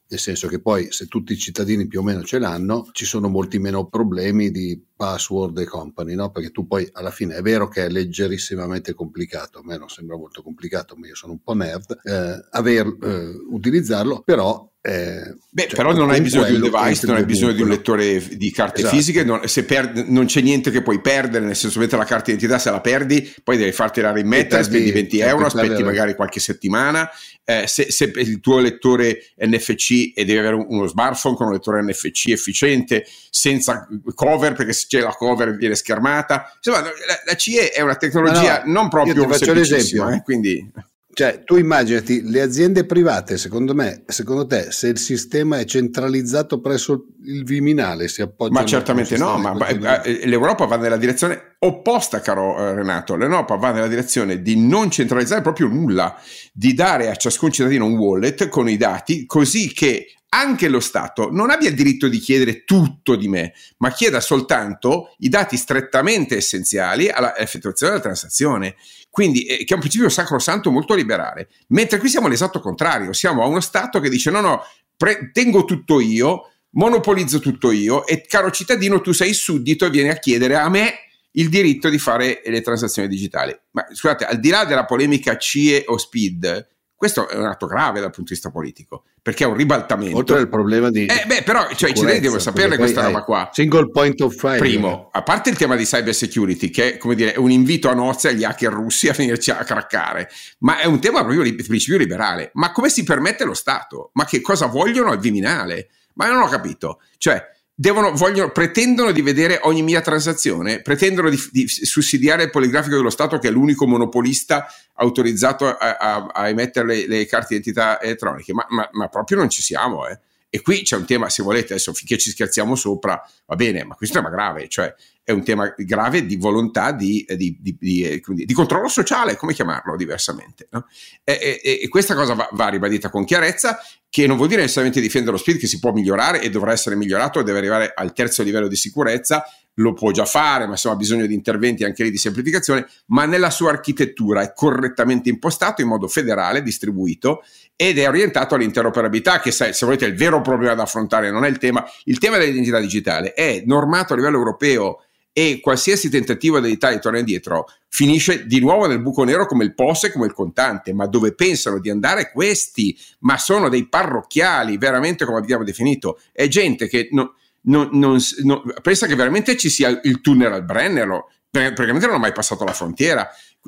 nel senso che poi se tutti i cittadini più o meno ce l'hanno, ci sono molti meno problemi di password e company, no? Perché tu poi alla fine è vero che è leggerissimamente complicato, a me non sembra molto complicato, ma io sono un po' nerd, eh, aver, eh, utilizzarlo, però Eh, Beh, cioè, però non hai bisogno di un device, non hai bisogno di un lettore di carte esatto. fisiche, non, se per, non c'è niente che puoi perdere, nel senso che la carta d'identità, se la perdi poi devi far tirare in metta, spendi venti euro, aspetti magari qualche settimana, eh, se, se il tuo lettore N F C e devi avere uno smartphone con un lettore N F C efficiente, senza cover, perché se c'è la cover viene schermata, insomma la, la C E è una tecnologia no, no, non proprio semplicissima, eh, quindi... Cioè, tu immaginati le aziende private, secondo me, secondo te, se il sistema è centralizzato presso il Viminale, si appoggia. Ma certamente no, ma l'Europa va nella direzione opposta, caro Renato. L'Europa va nella direzione di non centralizzare proprio nulla, di dare a ciascun cittadino un wallet con i dati, così che anche lo Stato non abbia il diritto di chiedere tutto di me, ma chieda soltanto i dati strettamente essenziali all'effettuazione della transazione. Quindi, eh, che è un principio sacrosanto molto liberale. Mentre qui siamo all'esatto contrario, siamo a uno Stato che dice no, no, pre- tengo tutto io, monopolizzo tutto io e caro cittadino tu sei suddito e vieni a chiedere a me il diritto di fare le transazioni digitali. Ma scusate, al di là della polemica C I E o SPID, questo è un atto grave dal punto di vista politico, perché è un ribaltamento. Oltre al problema di eh beh, però cioè, i cittadini devono sapere questa roba qua. Single point of failure. Primo, a parte il tema di cyber security, che è, come dire, un invito a nozze agli hacker russi a venirci a craccare, ma è un tema proprio di principio liberale. Ma come si permette lo Stato? Ma che cosa vogliono al Viminale? Ma non ho capito. Cioè, devono, vogliono, pretendono di vedere ogni mia transazione, pretendono di, di sussidiare il poligrafico dello Stato, che è l'unico monopolista autorizzato a, a, a emettere le, le carte d'identità elettroniche, ma, ma, ma proprio non ci siamo, eh. E qui c'è un tema, se volete, adesso finché ci scherziamo sopra, va bene, ma questo è un tema grave, cioè è un tema grave di volontà di, di, di, di, di, di controllo sociale, come chiamarlo diversamente, no? E, e, e questa cosa va, va ribadita con chiarezza, che non vuol dire necessariamente difendere lo SPID, che si può migliorare e dovrà essere migliorato, deve arrivare al terzo livello di sicurezza, lo può già fare, ma insomma ha bisogno di interventi anche lì di semplificazione, ma nella sua architettura è correttamente impostato in modo federale, distribuito, ed è orientato all'interoperabilità, che se volete è il vero problema da affrontare, non è il tema. Il tema dell'identità digitale è normato a livello europeo e qualsiasi tentativo dell'Italia di tornare indietro finisce di nuovo nel buco nero come il P O S e come il contante. Ma dove pensano di andare questi? Ma sono dei parrocchiali, veramente, come abbiamo definito, è gente che non, non, non, non pensa che veramente ci sia il tunnel al Brennero, perché non hanno mai passato la frontiera.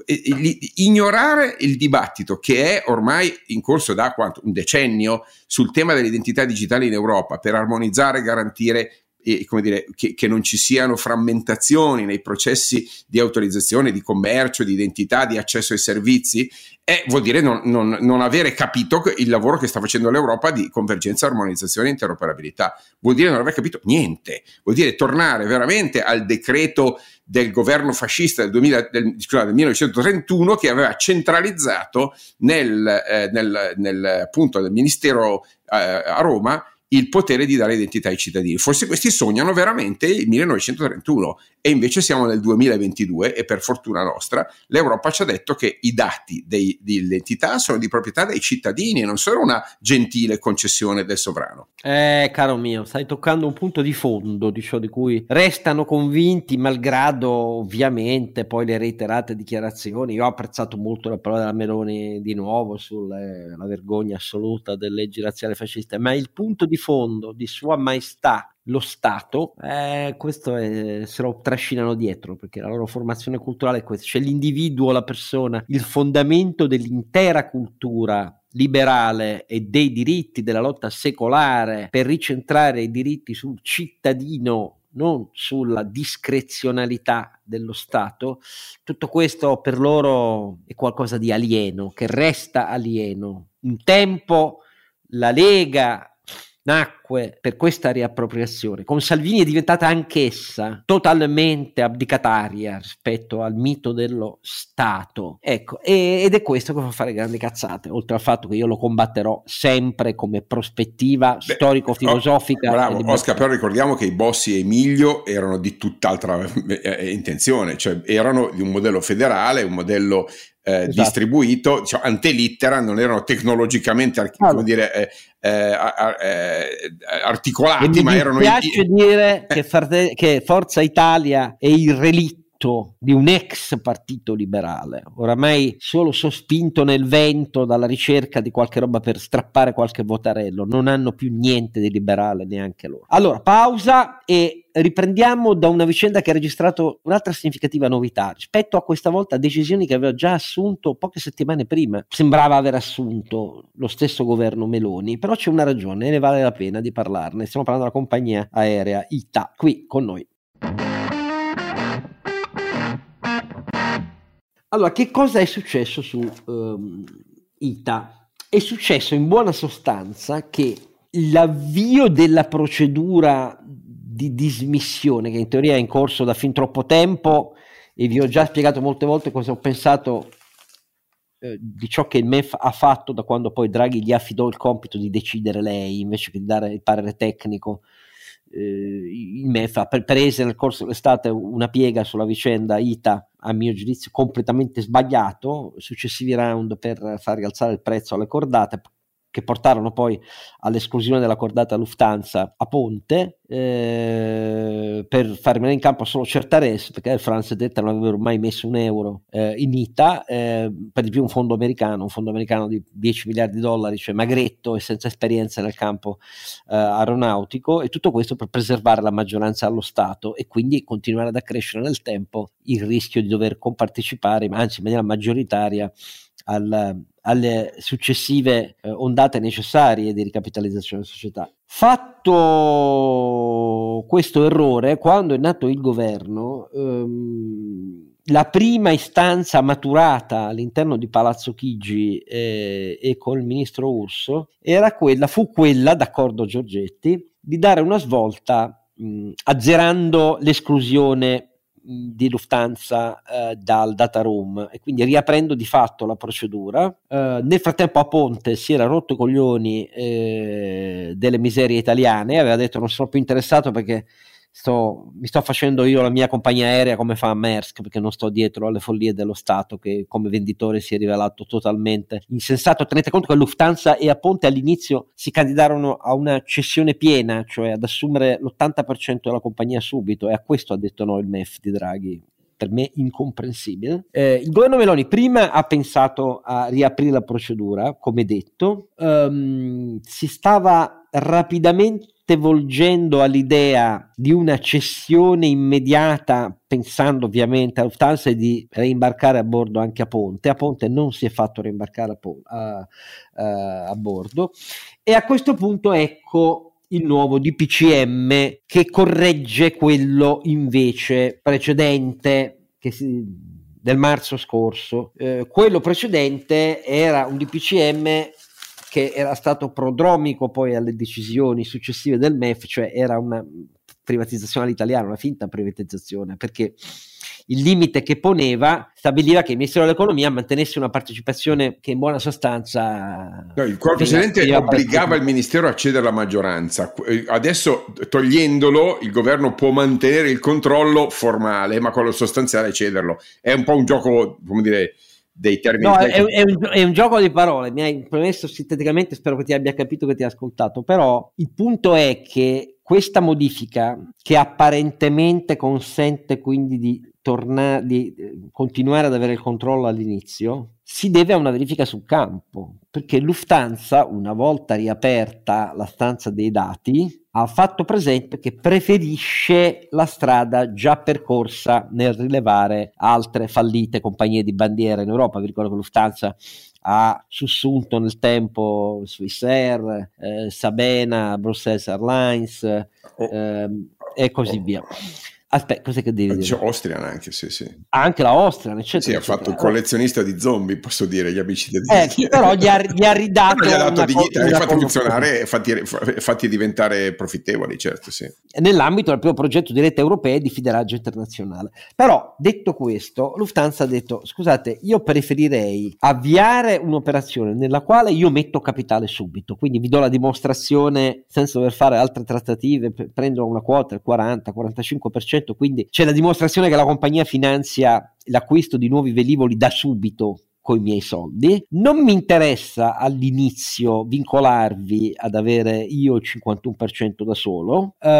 Ignorare il dibattito che è ormai in corso da quanto? Un decennio sul tema dell'identità digitale in Europa, per armonizzare e garantire e, come dire, che, che non ci siano frammentazioni nei processi di autorizzazione, di commercio, di identità, di accesso ai servizi, eh, vuol dire non, non, non avere capito il lavoro che sta facendo l'Europa di convergenza, armonizzazione e interoperabilità. Vuol dire non aver capito niente, vuol dire tornare veramente al decreto del governo fascista del, duemila, del, scusate, del millenovecentotrentuno, che aveva centralizzato nel, eh, nel, nel appunto del Ministero eh, a Roma il potere di dare identità ai cittadini. Forse questi sognano veramente il millenovecentotrentuno e invece siamo nel duemilaventidue e per fortuna nostra l'Europa ci ha detto che i dati dei, di identità sono di proprietà dei cittadini e non sono una gentile concessione del sovrano. Eh, caro mio, stai toccando un punto di fondo di ciò di cui restano convinti, malgrado ovviamente poi le reiterate dichiarazioni. Io ho apprezzato molto la parola della Meloni di nuovo sulla vergogna assoluta delle leggi razziali fasciste, ma il punto di fondo di Sua Maestà lo Stato, eh, questo è, se lo trascinano dietro, perché la loro formazione culturale è questa, cioè l'individuo, la persona, il fondamento dell'intera cultura liberale e dei diritti della lotta secolare per ricentrare i diritti sul cittadino, non sulla discrezionalità dello Stato. Tutto questo per loro è qualcosa di alieno, che resta alieno. Un tempo la Lega nacque nacque per questa riappropriazione. Con Salvini è diventata anch'essa totalmente abdicataria rispetto al mito dello Stato. Ecco, e, ed è questo che fa fare grandi cazzate, oltre al fatto che io lo combatterò sempre come prospettiva Beh, storico-filosofica. Oh, bravo, Oscar, però ricordiamo che i Bossi e Emilio erano di tutt'altra eh, intenzione, cioè erano di un modello federale, un modello eh, esatto. distribuito, cioè, ante litteram, non erano tecnologicamente ar- allora. come dire, eh, eh, eh, articolati, e ma erano... Mi piace in... dire eh. che, Frate- che Forza Italia è il relitto di un ex partito liberale, oramai solo sospinto nel vento dalla ricerca di qualche roba per strappare qualche votarello, non hanno più niente di liberale neanche loro. Allora, pausa e riprendiamo da una vicenda che ha registrato un'altra significativa novità rispetto a questa volta decisioni che aveva già assunto poche settimane prima. Sembrava aver assunto lo stesso governo Meloni, però c'è una ragione e ne vale la pena di parlarne. Stiamo parlando della compagnia aerea I T A, qui con noi. Allora, che cosa è successo su um, I T A? È successo in buona sostanza che l'avvio della procedura di dismissione, che in teoria è in corso da fin troppo tempo, e vi ho già spiegato molte volte cosa ho pensato eh, di ciò che il M E F ha fatto da quando poi Draghi gli affidò il compito di decidere lei invece che di dare il parere tecnico. Il M E F ha preso nel corso dell'estate una piega sulla vicenda I T A, a mio giudizio completamente sbagliato, successivi round per far rialzare il prezzo alle cordate che portarono poi all'esclusione della cordata Lufthansa a Ponte, eh, per far rimanere in campo solo Certares, perché Air France e Delta non avevano mai messo un euro eh, in I T A, eh, per di più un fondo americano, un fondo americano di dieci miliardi di dollari, cioè magretto e senza esperienza nel campo eh, aeronautico, e tutto questo per preservare la maggioranza allo Stato e quindi continuare ad accrescere nel tempo il rischio di dover compartecipare, anzi in maniera maggioritaria, al, alle successive eh, ondate necessarie di ricapitalizzazione della società. Fatto questo errore, quando è nato il governo, ehm, la prima istanza maturata all'interno di Palazzo Chigi eh, e col ministro Urso era quella, fu quella, d'accordo Giorgetti, di dare una svolta mh, azzerando l'esclusione di Lufthansa eh, dal data room e quindi riaprendo di fatto la procedura. Eh, nel frattempo a Ponte si era rotto i coglioni eh, delle miserie italiane, aveva detto non sono più interessato perché sto, mi sto facendo io la mia compagnia aerea come fa Maersk, perché non sto dietro alle follie dello Stato che come venditore si è rivelato totalmente insensato. Tenete conto che Lufthansa e a Ponte all'inizio si candidarono a una cessione piena, cioè ad assumere l'ottanta per cento della compagnia subito, e a questo ha detto no il M E F di Draghi. Per me incomprensibile. Eh, il governo Meloni prima ha pensato a riaprire la procedura, come detto, um, si stava rapidamente volgendo all'idea di una cessione immediata, pensando ovviamente a Lufthansa e di reimbarcare a bordo anche a Ponte. A Ponte non si è fatto reimbarcare a, po- a, a, a bordo, e a questo punto ecco il nuovo D P C M che corregge quello invece precedente che si, del marzo scorso. Eh, quello precedente era un D P C M che era stato prodromico poi alle decisioni successive del M E F, cioè era una privatizzazione all'italiana, una finta privatizzazione, perché il limite che poneva stabiliva che il Ministero dell'Economia mantenesse una partecipazione che in buona sostanza... No, il quale precedente obbligava il Ministero a cedere la maggioranza. Adesso, togliendolo, il governo può mantenere il controllo formale, ma quello sostanziale cederlo. È un po' un gioco, come dire... dei termini. No, è, è, un, è un gioco di parole, mi hai promesso sinteticamente, spero che ti abbia capito, che ti ha ascoltato, però il punto è che questa modifica, che apparentemente consente quindi di tornare, di continuare ad avere il controllo all'inizio, si deve a una verifica sul campo, perché Lufthansa, una volta riaperta la stanza dei dati, ha fatto presente che preferisce la strada già percorsa nel rilevare altre fallite compagnie di bandiera in Europa. Vi ricordo che Lufthansa ha sussunto nel tempo Swissair, eh, Sabena, Brussels Airlines eh, e così via. Aspetta, cos'è che devi C'è dire? Austrian anche, sì, sì. Anche la Austrian, eccetera. Sì, ha eccetera. fatto il collezionista di zombie, posso dire, gli amici tedeschi. Eh, però gli ha, gli ha ridato gli ha dato una dignità, co- li ha una fatti cosa funzionare e fatti, fatti diventare profittevoli, certo, sì. nell'ambito del primo progetto di rete europea di fideraggio internazionale. Però, detto questo, Lufthansa ha detto: scusate, io preferirei avviare un'operazione nella quale io metto capitale subito, quindi vi do la dimostrazione senza dover fare altre trattative, prendo una quota del quaranta quarantacinque per cento, quindi c'è la dimostrazione che la compagnia finanzia l'acquisto di nuovi velivoli da subito coi miei soldi. Non mi interessa all'inizio vincolarvi ad avere io il cinquantuno per cento da solo. Uh,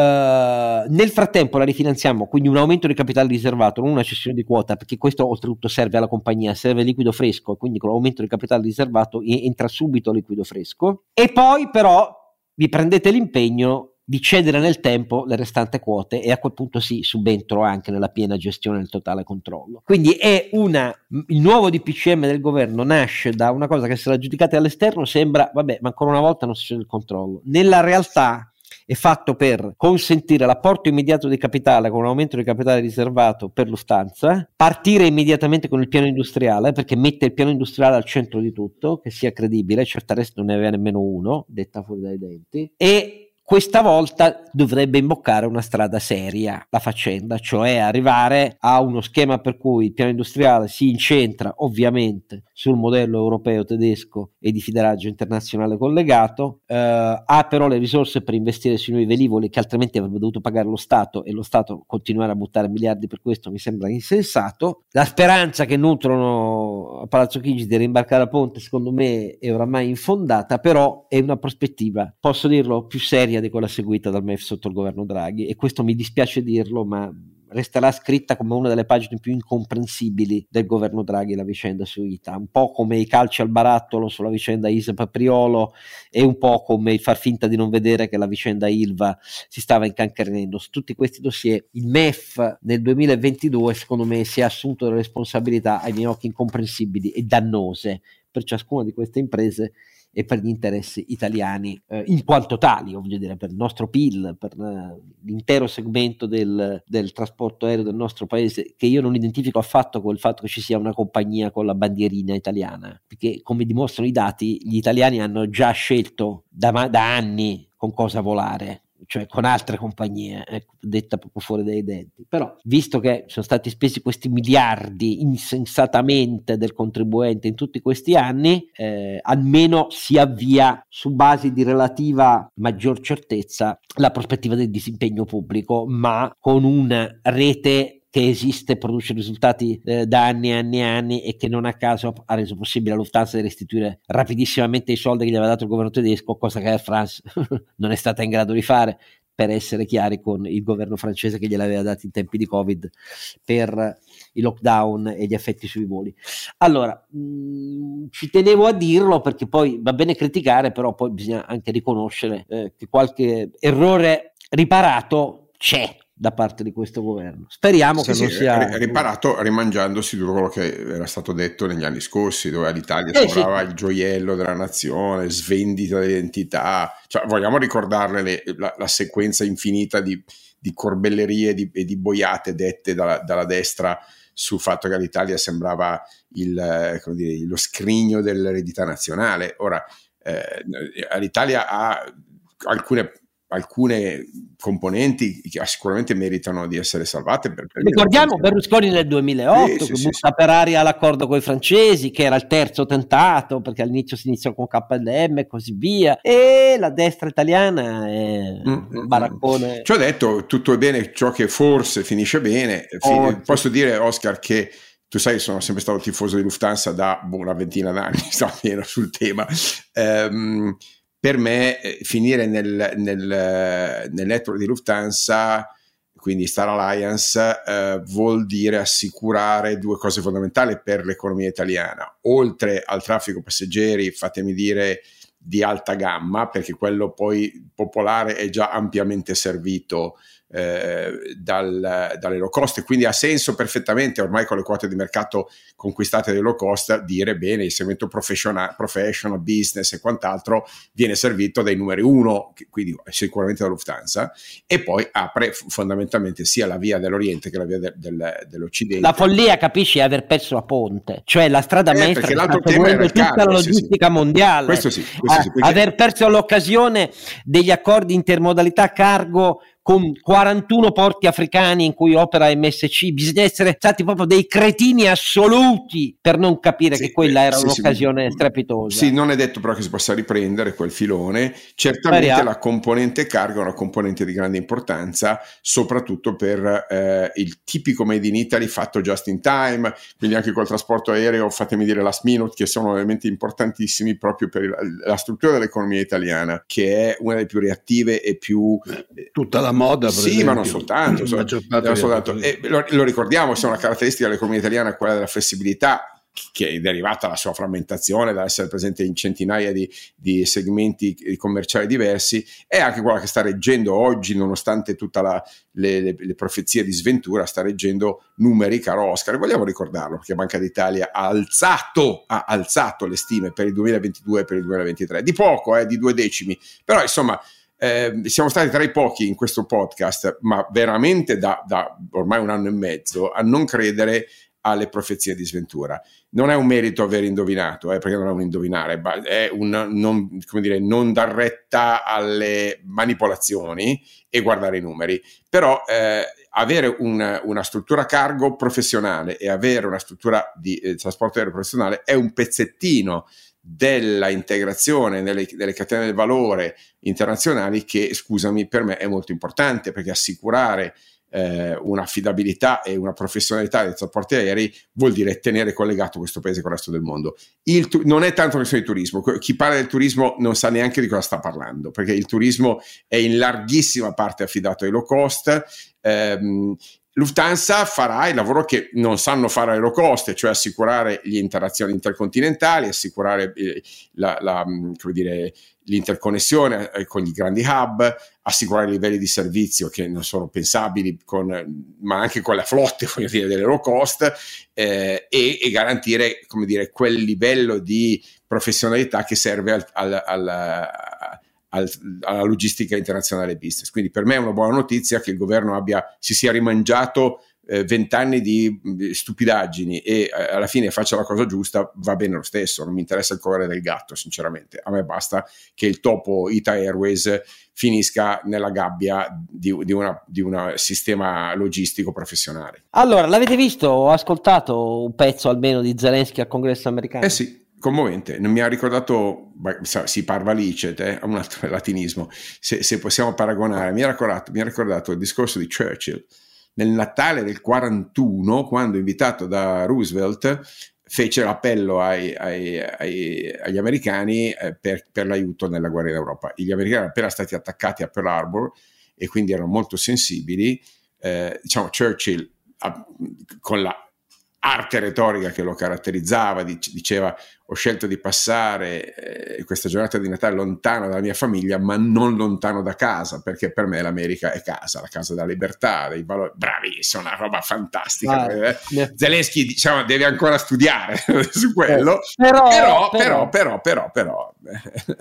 nel frattempo la rifinanziamo, quindi un aumento di capitale riservato, non una cessione di quota, perché questo oltretutto serve alla compagnia, serve liquido fresco, quindi con l'aumento di capitale riservato entra subito liquido fresco. E poi però vi prendete l'impegno di cedere nel tempo le restanti quote e a quel punto sì, subentro anche nella piena gestione del totale controllo. Quindi è una, il nuovo D P C M del governo nasce da una cosa che se la giudicate all'esterno sembra, vabbè, ma ancora una volta non si c'è il controllo. Nella realtà è fatto per consentire l'apporto immediato di capitale con un aumento di capitale riservato per Lufthansa, partire immediatamente con il piano industriale, perché mette il piano industriale al centro di tutto, che sia credibile, certo adesso non ne aveva nemmeno uno, detta fuori dai denti, e questa volta dovrebbe imboccare una strada seria la faccenda, cioè arrivare a uno schema per cui il piano industriale si incentra ovviamente sul modello europeo tedesco e di fideraggio internazionale collegato, eh, ha però le risorse per investire sui nuovi velivoli che altrimenti avrebbe dovuto pagare lo Stato, e lo Stato continuare a buttare miliardi per questo mi sembra insensato. La speranza che nutrono a Palazzo Chigi di rimbarcare a Ponte secondo me è oramai infondata, però è una prospettiva, posso dirlo, più seria di quella seguita dal M E F sotto il governo Draghi, e questo mi dispiace dirlo, ma resterà scritta come una delle pagine più incomprensibili del governo Draghi la vicenda su I T A, un po' come i calci al barattolo sulla vicenda I S A Papriolo e un po' come il far finta di non vedere che la vicenda Ilva si stava incancrenendo. Su tutti questi dossier il M E F nel duemilaventidue secondo me si è assunto delle responsabilità ai miei occhi incomprensibili e dannose per ciascuna di queste imprese e per gli interessi italiani eh, in quanto tali, voglio dire, per il nostro P I L, per uh, l'intero segmento del, del trasporto aereo del nostro paese, che io non identifico affatto con il fatto che ci sia una compagnia con la bandierina italiana, perché come dimostrano i dati gli italiani hanno già scelto da, da anni con cosa volare, cioè con altre compagnie, ecco, detta proprio fuori dai denti. Però visto che sono stati spesi questi miliardi insensatamente del contribuente in tutti questi anni, eh, almeno si avvia su basi di relativa maggior certezza la prospettiva del disimpegno pubblico, ma con una rete che esiste, produce risultati eh, da anni e anni e anni, e che non a caso ha reso possibile a Lufthansa di restituire rapidissimamente i soldi che gli aveva dato il governo tedesco, cosa che Air France non è stata in grado di fare, per essere chiari con il governo francese che gliel'aveva dati in tempi di Covid per i lockdown e gli effetti sui voli. Allora, mh, ci tenevo a dirlo perché poi va bene criticare, però poi bisogna anche riconoscere eh, che qualche errore riparato c'è da parte di questo governo. Speriamo sì, che sì, non sia riparato rimangiandosi tutto quello che era stato detto negli anni scorsi, dove l'Italia eh, sembrava sì. il gioiello della nazione, svendita dell'identità. Cioè, vogliamo ricordarle le, la, la sequenza infinita di, di corbellerie e di, e di boiate dette dalla, dalla destra sul fatto che l'Italia sembrava il, come dire, lo scrigno dell'eredità nazionale. Ora, eh, l'Italia ha alcune alcune componenti che sicuramente meritano di essere salvate. Per, per Ricordiamo Berlusconi nel duemilaotto, sì, che sì, butta sì. per aria l'accordo con i francesi, che era il terzo tentato, perché all'inizio si iniziò con K L M e così via, e la destra italiana è mm, un baraccone. Mm. Ci ho detto, tutto è bene ciò che forse finisce bene. Oh, F- posso dire, Oscar, che tu sai, sono sempre stato tifoso di Lufthansa da boh, una ventina d'anni, sto pieno sul tema. Um, Per me eh, finire nel, nel, nel network di Lufthansa, quindi Star Alliance, eh, vuol dire assicurare due cose fondamentali per l'economia italiana. Oltre al traffico passeggeri, fatemi dire, di alta gamma, perché quello poi popolare è già ampiamente servito eh, dal, dalle low cost, e quindi ha senso perfettamente ormai con le quote di mercato conquistate dai low cost dire bene il segmento professional, professional business e quant'altro viene servito dai numeri uno, quindi sicuramente da Lufthansa, e poi apre fondamentalmente sia la via dell'Oriente che la via de, del, dell'Occidente. La follia, capisci, è aver perso la ponte, cioè la strada eh, maestra che sta seguendo tutta cargo, la logistica sì, sì. mondiale. Questo sì, questo sì, eh, aver perso l'occasione degli accordi intermodalità cargo con quarantuno porti africani in cui opera M S C. Bisogna essere stati proprio dei cretini assoluti per non capire sì, che quella era sì, un'occasione sì, strepitosa. Sì, non è detto però che si possa riprendere quel filone. Certamente Speriamo. La componente cargo è una componente di grande importanza, soprattutto per eh, il tipico made in Italy fatto just in time, quindi anche col trasporto aereo, fatemi dire last minute, che sono elementi importantissimi proprio per la, la struttura dell'economia italiana, che è una delle più reattive e più... Tutta la moda, per sì, esempio. Ma non soltanto, so, non soltanto. E lo, lo ricordiamo, se una caratteristica dell'economia italiana è quella della flessibilità, che è derivata dalla sua frammentazione, dall'essere presente in centinaia di, di segmenti commerciali diversi, è anche quella che sta reggendo oggi, nonostante tutte le, le, le profezie di sventura, sta reggendo numeri, caro Oscar, e vogliamo ricordarlo, perché Banca d'Italia ha alzato, ha alzato le stime per il duemilaventidue e per il duemilaventitré, di poco, eh, di due decimi, però insomma Eh, siamo stati tra i pochi in questo podcast, ma veramente da, da ormai un anno e mezzo, a non credere alle profezie di sventura. Non è un merito aver indovinato, eh, perché non è un indovinare, è un non, come dire, non dar retta alle manipolazioni e guardare i numeri. Però eh, avere una, una struttura cargo professionale e avere una struttura di eh, trasporto aereo professionale è un pezzettino della integrazione nelle, delle catene del valore internazionali che, scusami, per me è molto importante, perché assicurare eh, un'affidabilità e una professionalità dei trasporti aerei vuol dire tenere collegato questo paese con il resto del mondo. Il tu- non è tanto una questione di turismo, chi parla del turismo non sa neanche di cosa sta parlando, perché il turismo è in larghissima parte affidato ai low cost. ehm, Lufthansa farà il lavoro che non sanno fare ai low cost, cioè assicurare le interazioni intercontinentali, assicurare eh, la, la, come dire, l'interconnessione eh, con i grandi hub, assicurare i livelli di servizio che non sono pensabili con, ma anche con le flotte, voglio dire, delle low cost, eh, e, e garantire, come dire, quel livello di professionalità che serve al, al, al alla logistica internazionale business. Quindi per me è una buona notizia che il governo abbia si sia rimangiato vent'anni eh, di stupidaggini e eh, alla fine faccia la cosa giusta, va bene lo stesso, non mi interessa il colore del gatto, sinceramente. A me basta che il topo Ita Airways finisca nella gabbia di, di una di un sistema logistico professionale. Allora, l'avete visto? Ho ascoltato un pezzo almeno di Zelensky al congresso americano. Eh sì, commovente, non mi ha ricordato, si parva licet, eh, un altro latinismo, se, se possiamo paragonare, mi ha ricordato, mi ha ricordato il discorso di Churchill nel Natale del quarantuno, quando invitato da Roosevelt fece l'appello ai, ai, ai, agli americani eh, per, per l'aiuto nella guerra in Europa. Gli americani erano appena stati attaccati a Pearl Harbor e quindi erano molto sensibili. Eh, diciamo Churchill a, con la arte retorica che lo caratterizzava, diceva: ho scelto di passare eh, questa giornata di Natale lontano dalla mia famiglia, ma non lontano da casa, perché per me l'America è casa, la casa della libertà, dei valori. Bravissimo, una roba fantastica. Ah, eh. Yeah. Zelensky, diciamo, deve ancora studiare su quello, eh, però, però, però, però, però, però, però.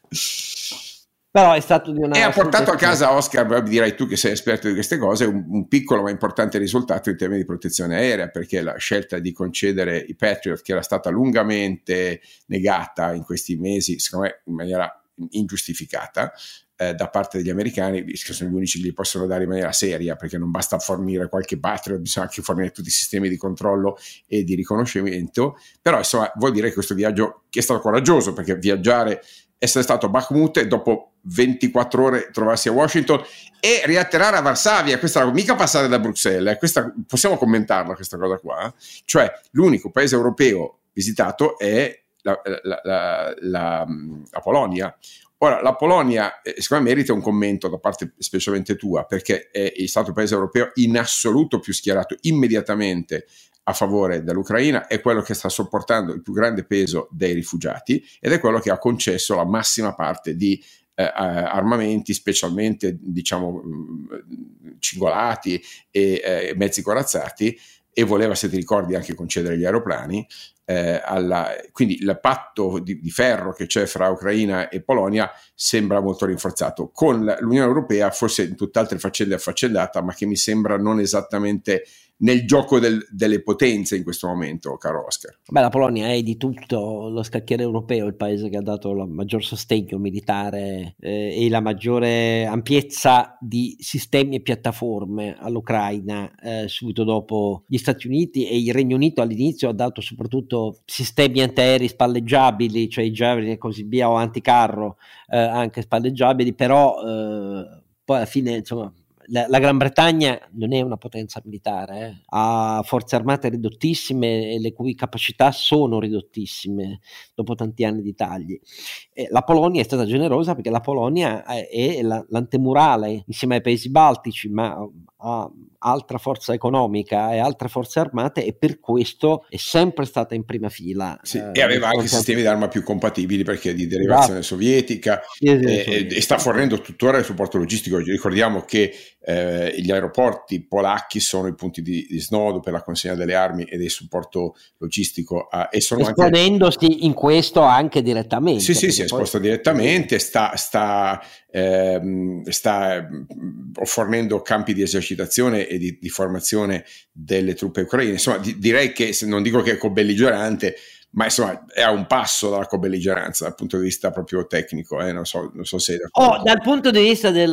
Però è stato di una e ha portato a casa, Oscar, dirai tu che sei esperto di queste cose, un, un piccolo ma importante risultato in termini di protezione aerea, perché la scelta di concedere i Patriot, che era stata lungamente negata in questi mesi, secondo me in maniera ingiustificata eh, da parte degli americani, che sono gli unici che li possono dare in maniera seria, perché non basta fornire qualche Patriot, bisogna anche fornire tutti i sistemi di controllo e di riconoscimento. Però insomma vuol dire che questo viaggio, che è stato coraggioso, perché viaggiare, essere stato a Bakhmut e dopo ventiquattro ore trovarsi a Washington e riatterrare a Varsavia, questa era mica passare da Bruxelles, eh, questa, possiamo commentarla questa cosa qua, cioè l'unico paese europeo visitato è la, la, la, la, la Polonia. Ora, la Polonia, eh, secondo me, merita un commento da parte specialmente tua, perché è stato il paese europeo in assoluto più schierato immediatamente a favore dell'Ucraina, è quello che sta sopportando il più grande peso dei rifugiati ed è quello che ha concesso la massima parte di eh, armamenti, specialmente diciamo cingolati e eh, mezzi corazzati, e voleva, se ti ricordi, anche concedere gli aeroplani. Eh, alla, quindi il patto di, di ferro che c'è fra Ucraina e Polonia sembra molto rinforzato. Con l'Unione Europea forse in tutt'altre faccende affaccendata, ma che mi sembra non esattamente nel gioco del, delle potenze in questo momento, caro Oscar. Beh, la Polonia è di tutto lo scacchiere europeo, il paese che ha dato il maggior sostegno militare eh, e la maggiore ampiezza di sistemi e piattaforme all'Ucraina eh, subito dopo gli Stati Uniti, e il Regno Unito all'inizio ha dato soprattutto sistemi antiaerei spalleggiabili, cioè i Javelin e così via, o anticarro eh, anche spalleggiabili, però eh, poi alla fine insomma La, la Gran Bretagna non è una potenza militare, eh. Ha forze armate ridottissime e le cui capacità sono ridottissime dopo tanti anni di tagli. E la Polonia è stata generosa perché la Polonia è la, l'antemurale insieme ai paesi baltici, ma ha altra forza economica e altre forze armate, e per questo è sempre stata in prima fila. Sì, eh, e aveva anche sistemi d'arma più compatibili perché di derivazione esatto. sovietica, sì, e, sovietica. E sta fornendo tuttora il supporto logistico. Ricordiamo che eh, gli aeroporti polacchi sono i punti di, di snodo per la consegna delle armi e del supporto logistico a, e sono esponendosi anche in questo anche direttamente. Sì, sì, si è esposto poi direttamente, sta, sta, ehm, sta fornendo campi di esercitazione e di, di formazione delle truppe ucraine. Insomma, di, direi che, se non dico che è cobelligerante, ma insomma è a un passo dalla cobelligeranza dal punto di vista proprio tecnico, eh? non so, non so se oh, dal punto di vista del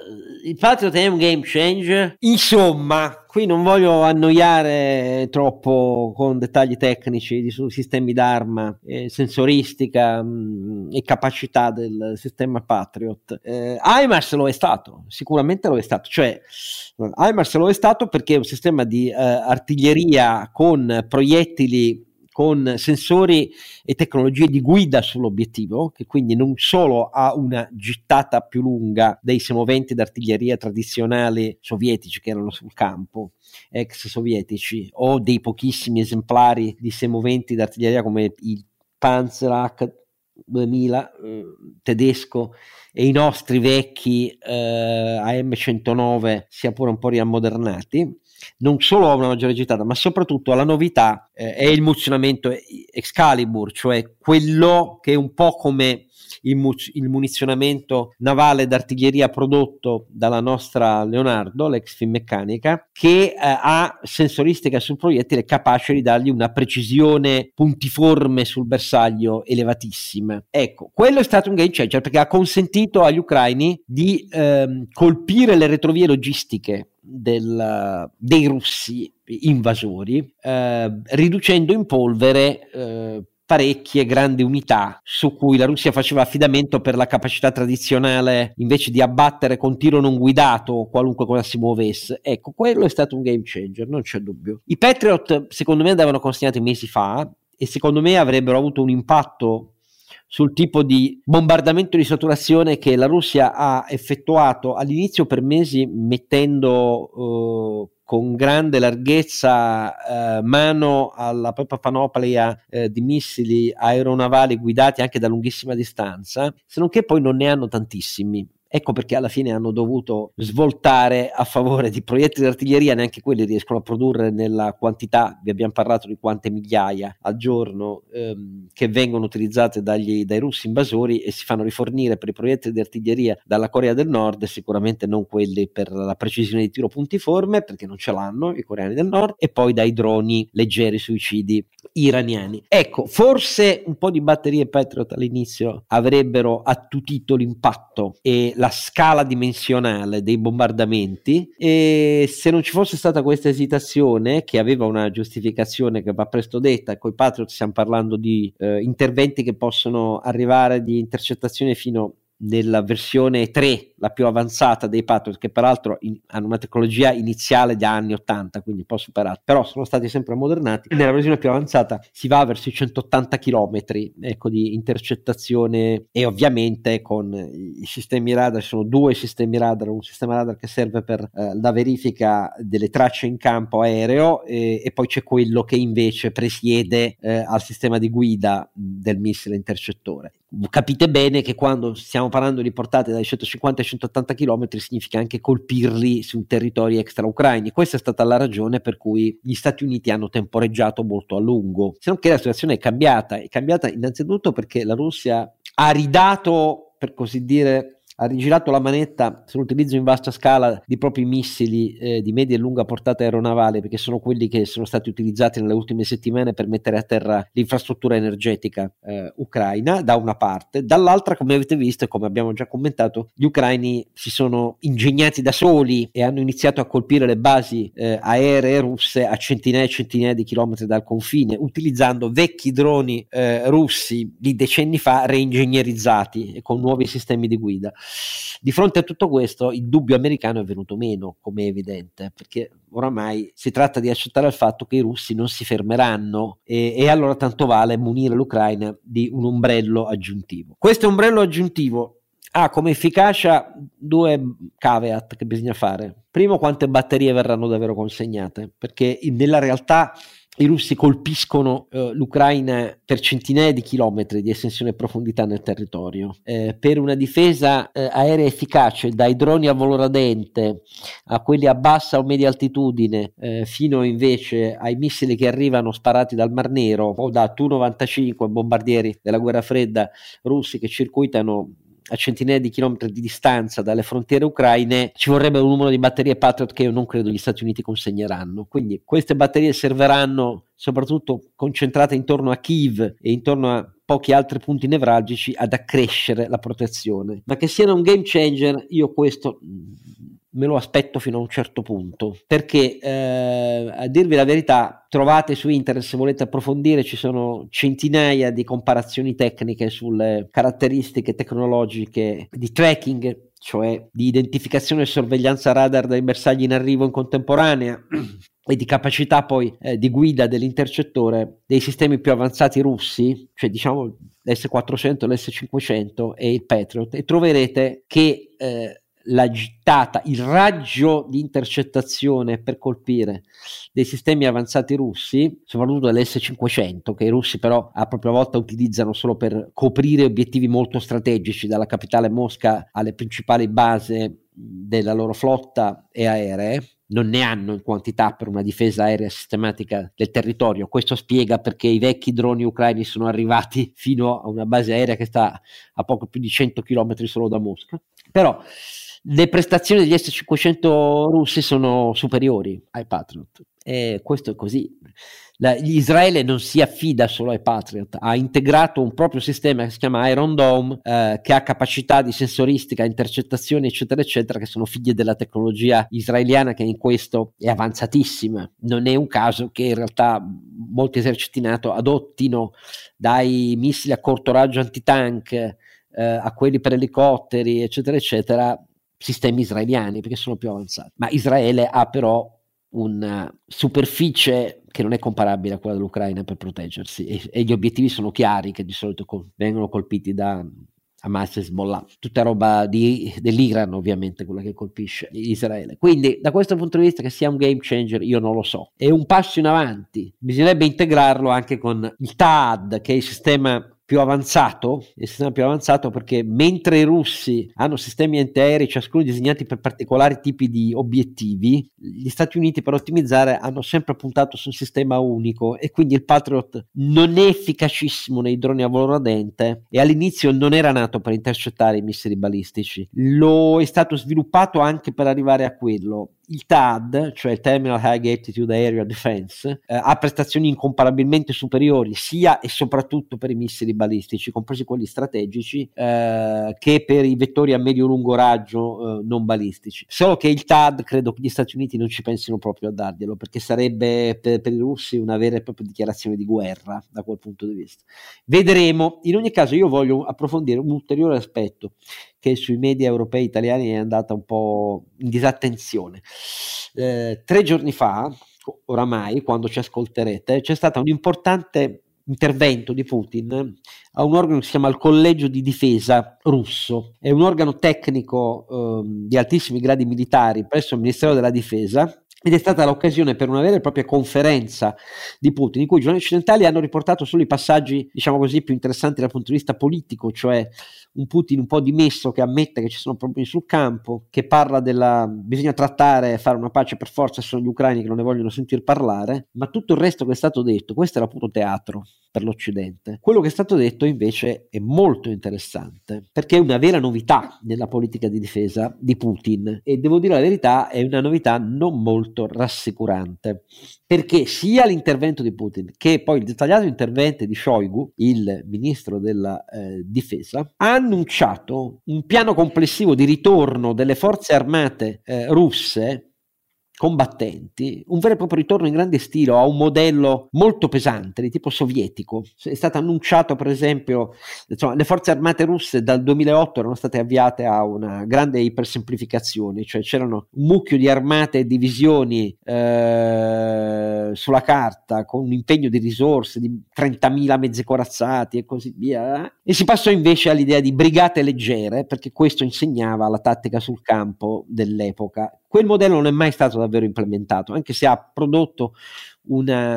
il Patriot è un game changer, insomma. Qui non voglio annoiare troppo con dettagli tecnici di, su sistemi d'arma, eh, sensoristica mh, e capacità del sistema Patriot. Eh, HIMARS lo è stato, sicuramente lo è stato, cioè HIMARS lo è stato perché è un sistema di eh, artiglieria con proiettili, con sensori e tecnologie di guida sull'obiettivo, che quindi non solo ha una gittata più lunga dei semoventi d'artiglieria tradizionali sovietici che erano sul campo, ex sovietici, o dei pochissimi esemplari di semoventi d'artiglieria come il Panzer acca duemila eh, tedesco e i nostri vecchi eh, A M centonove, sia pure un po' riammodernati. Non solo ha una maggiore gittata, ma soprattutto la novità eh, è il munizionamento Excalibur, cioè quello che è un po' come il, mu- il munizionamento navale d'artiglieria prodotto dalla nostra Leonardo, l'ex Finmeccanica, che eh, ha sensoristica sul proiettile capace di dargli una precisione puntiforme sul bersaglio elevatissima. Ecco, quello è stato un game changer perché ha consentito agli ucraini di ehm, colpire le retrovie logistiche Del, dei russi invasori, eh, riducendo in polvere eh, parecchie grandi unità su cui la Russia faceva affidamento per la capacità tradizionale invece di abbattere con tiro non guidato qualunque cosa si muovesse. Ecco, quello è stato un game changer, non c'è dubbio. I Patriot secondo me andavano consegnati mesi fa e secondo me avrebbero avuto un impatto sul tipo di bombardamento di saturazione che la Russia ha effettuato all'inizio per mesi, mettendo uh, con grande larghezza uh, mano alla propria panoplia uh, di missili aeronavali guidati anche da lunghissima distanza, se non che poi non ne hanno tantissimi. Ecco perché alla fine hanno dovuto svoltare a favore di proiettili d'artiglieria, neanche quelli riescono a produrre nella quantità, vi abbiamo parlato di quante migliaia al giorno ehm, che vengono utilizzate dagli, dai russi invasori, e si fanno rifornire per i proiettili di artiglieria dalla Corea del Nord, sicuramente non quelli per la precisione di tiro puntiforme, perché non ce l'hanno i coreani del Nord, e poi dai droni leggeri suicidi iraniani. Ecco, forse un po' di batterie Patriot all'inizio avrebbero attutito l'impatto e la scala dimensionale dei bombardamenti, e se non ci fosse stata questa esitazione, che aveva una giustificazione che va presto detta, con i Patriot stiamo parlando di eh, interventi che possono arrivare di intercettazione fino nella versione tre, la più avanzata dei Patriot, che peraltro in, hanno una tecnologia iniziale da anni ottanta, quindi un po' superata, però sono stati sempre ammodernati. Nella versione più avanzata si va verso i centottanta chilometri, ecco, di intercettazione, e ovviamente con i sistemi radar, sono due sistemi radar, un sistema radar che serve per eh, la verifica delle tracce in campo aereo, e, e poi c'è quello che invece presiede eh, al sistema di guida del missile intercettore. capite bene che quando stiamo parlando di portate dai centocinquanta ai centottanta chilometri significa anche colpirli su territori extra ucraini. Questa è stata la ragione per cui gli Stati Uniti hanno temporeggiato molto a lungo, se non che la situazione è cambiata, è cambiata innanzitutto perché la Russia ha ridato, per così dire, ha rigirato la manetta sull'utilizzo in vasta scala di propri missili eh, di media e lunga portata aeronavale, perché sono quelli che sono stati utilizzati nelle ultime settimane per mettere a terra l'infrastruttura energetica eh, ucraina, da una parte. Dall'altra, come avete visto e come abbiamo già commentato, gli ucraini si sono ingegnati da soli e hanno iniziato a colpire le basi eh, aeree russe a centinaia e centinaia di chilometri dal confine, utilizzando vecchi droni eh, russi di decenni fa reingegnerizzati e con nuovi sistemi di guida. Di fronte a tutto questo il dubbio americano è venuto meno, come è evidente, perché oramai si tratta di accettare il fatto che i russi non si fermeranno e, e allora tanto vale munire l'Ucraina di un ombrello aggiuntivo. Questo ombrello aggiuntivo ha come efficacia due caveat che bisogna fare. Primo, quante batterie verranno davvero consegnate, perché nella realtà i russi colpiscono eh, l'Ucraina per centinaia di chilometri di estensione e profondità nel territorio. Eh, per una difesa eh, aerea efficace, dai droni a volo radente a quelli a bassa o media altitudine, eh, fino invece ai missili che arrivano sparati dal Mar Nero o da Tu novantacinque, bombardieri della guerra fredda russi che circuitano a centinaia di chilometri di distanza dalle frontiere ucraine, ci vorrebbe un numero di batterie Patriot che io non credo gli Stati Uniti consegneranno. Quindi queste batterie serviranno soprattutto concentrate intorno a Kiev e intorno a pochi altri punti nevralgici ad accrescere la protezione. Ma che siano un game changer, io questo me lo aspetto fino a un certo punto, perché eh, a dirvi la verità, trovate su internet, se volete approfondire, ci sono centinaia di comparazioni tecniche sulle caratteristiche tecnologiche di tracking, cioè di identificazione e sorveglianza radar dei bersagli in arrivo in contemporanea e di capacità poi eh, di guida dell'intercettore dei sistemi più avanzati russi, cioè diciamo l'esse quattrocento, l'esse cinquecento e il Patriot, e troverete che eh, la gittata, il raggio di intercettazione per colpire dei sistemi avanzati russi, soprattutto dell'esse cinquecento, che i russi però a propria volta utilizzano solo per coprire obiettivi molto strategici, dalla capitale Mosca alle principali basi della loro flotta e aeree, non ne hanno in quantità per una difesa aerea sistematica del territorio. Questo spiega perché i vecchi droni ucraini sono arrivati fino a una base aerea che sta a poco più di cento chilometri solo da Mosca. Però le prestazioni degli esse cinquecento russi sono superiori ai Patriot, e questo è così. La, Israele non si affida solo ai Patriot, ha integrato un proprio sistema che si chiama Iron Dome, eh, che ha capacità di sensoristica, intercettazioni eccetera eccetera, che sono figlie della tecnologia israeliana, che in questo è avanzatissima. Non è un caso che in realtà molti eserciti NATO adottino dai missili a corto raggio antitank eh, a quelli per elicotteri eccetera eccetera sistemi israeliani, perché sono più avanzati. Ma Israele ha però una superficie che non è comparabile a quella dell'Ucraina per proteggersi, e, e gli obiettivi sono chiari, che di solito col, vengono colpiti da Hamas e Hezbollah, tutta roba di, dell'Iran ovviamente, quella che colpisce Israele. Quindi da questo punto di vista che sia un game changer io non lo so, è un passo in avanti. Bisognerebbe integrarlo anche con il T A A D, che è il sistema più avanzato, il sistema più avanzato perché mentre i russi hanno sistemi antiaerei ciascuno disegnati per particolari tipi di obiettivi, gli Stati Uniti per ottimizzare hanno sempre puntato su un sistema unico, e quindi il Patriot non è efficacissimo nei droni a volo radente e all'inizio non era nato per intercettare i missili balistici, lo è stato sviluppato anche per arrivare a quello. Il T A D, cioè il Terminal High Altitude Area Defense, eh, ha prestazioni incomparabilmente superiori sia e soprattutto per i missili balistici, compresi quelli strategici, eh, che per i vettori a medio-lungo raggio eh, non balistici. Solo che il T A D credo che gli Stati Uniti non ci pensino proprio a darglielo, perché sarebbe per, per i russi una vera e propria dichiarazione di guerra da quel punto di vista. Vedremo. In ogni caso io voglio approfondire un ulteriore aspetto che sui media europei italiani è andata un po' in disattenzione. Eh, tre giorni fa, oramai, quando ci ascolterete, c'è stato un importante intervento di Putin a un organo che si chiama il Collegio di Difesa russo. È un organo tecnico eh, di altissimi gradi militari presso il Ministero della Difesa, ed è stata l'occasione per una vera e propria conferenza di Putin, in cui i giornali occidentali hanno riportato solo i passaggi, diciamo così, più interessanti dal punto di vista politico, cioè un Putin un po' dimesso che ammette che ci sono problemi sul campo, che parla della bisogna trattare e fare una pace per forza, sono gli ucraini che non ne vogliono sentir parlare, ma tutto il resto che è stato detto, questo era puro teatro per l'Occidente. Quello che è stato detto invece è molto interessante, perché è una vera novità nella politica di difesa di Putin, e devo dire la verità, è una novità non molto rassicurante, perché sia l'intervento di Putin che poi il dettagliato intervento di Shoigu, il ministro della eh, difesa, ha annunciato un piano complessivo di ritorno delle forze armate eh, russe combattenti, un vero e proprio ritorno in grande stile a un modello molto pesante di tipo sovietico. È stato annunciato, per esempio, insomma, le forze armate russe dal duemilaotto erano state avviate a una grande ipersemplificazione, cioè c'erano un mucchio di armate e divisioni eh, sulla carta con un impegno di risorse di trentamila mezzi corazzati e così via, e si passò invece all'idea di brigate leggere, perché questo insegnava la tattica sul campo dell'epoca. Quel modello non è mai stato davvero implementato, anche se ha prodotto una,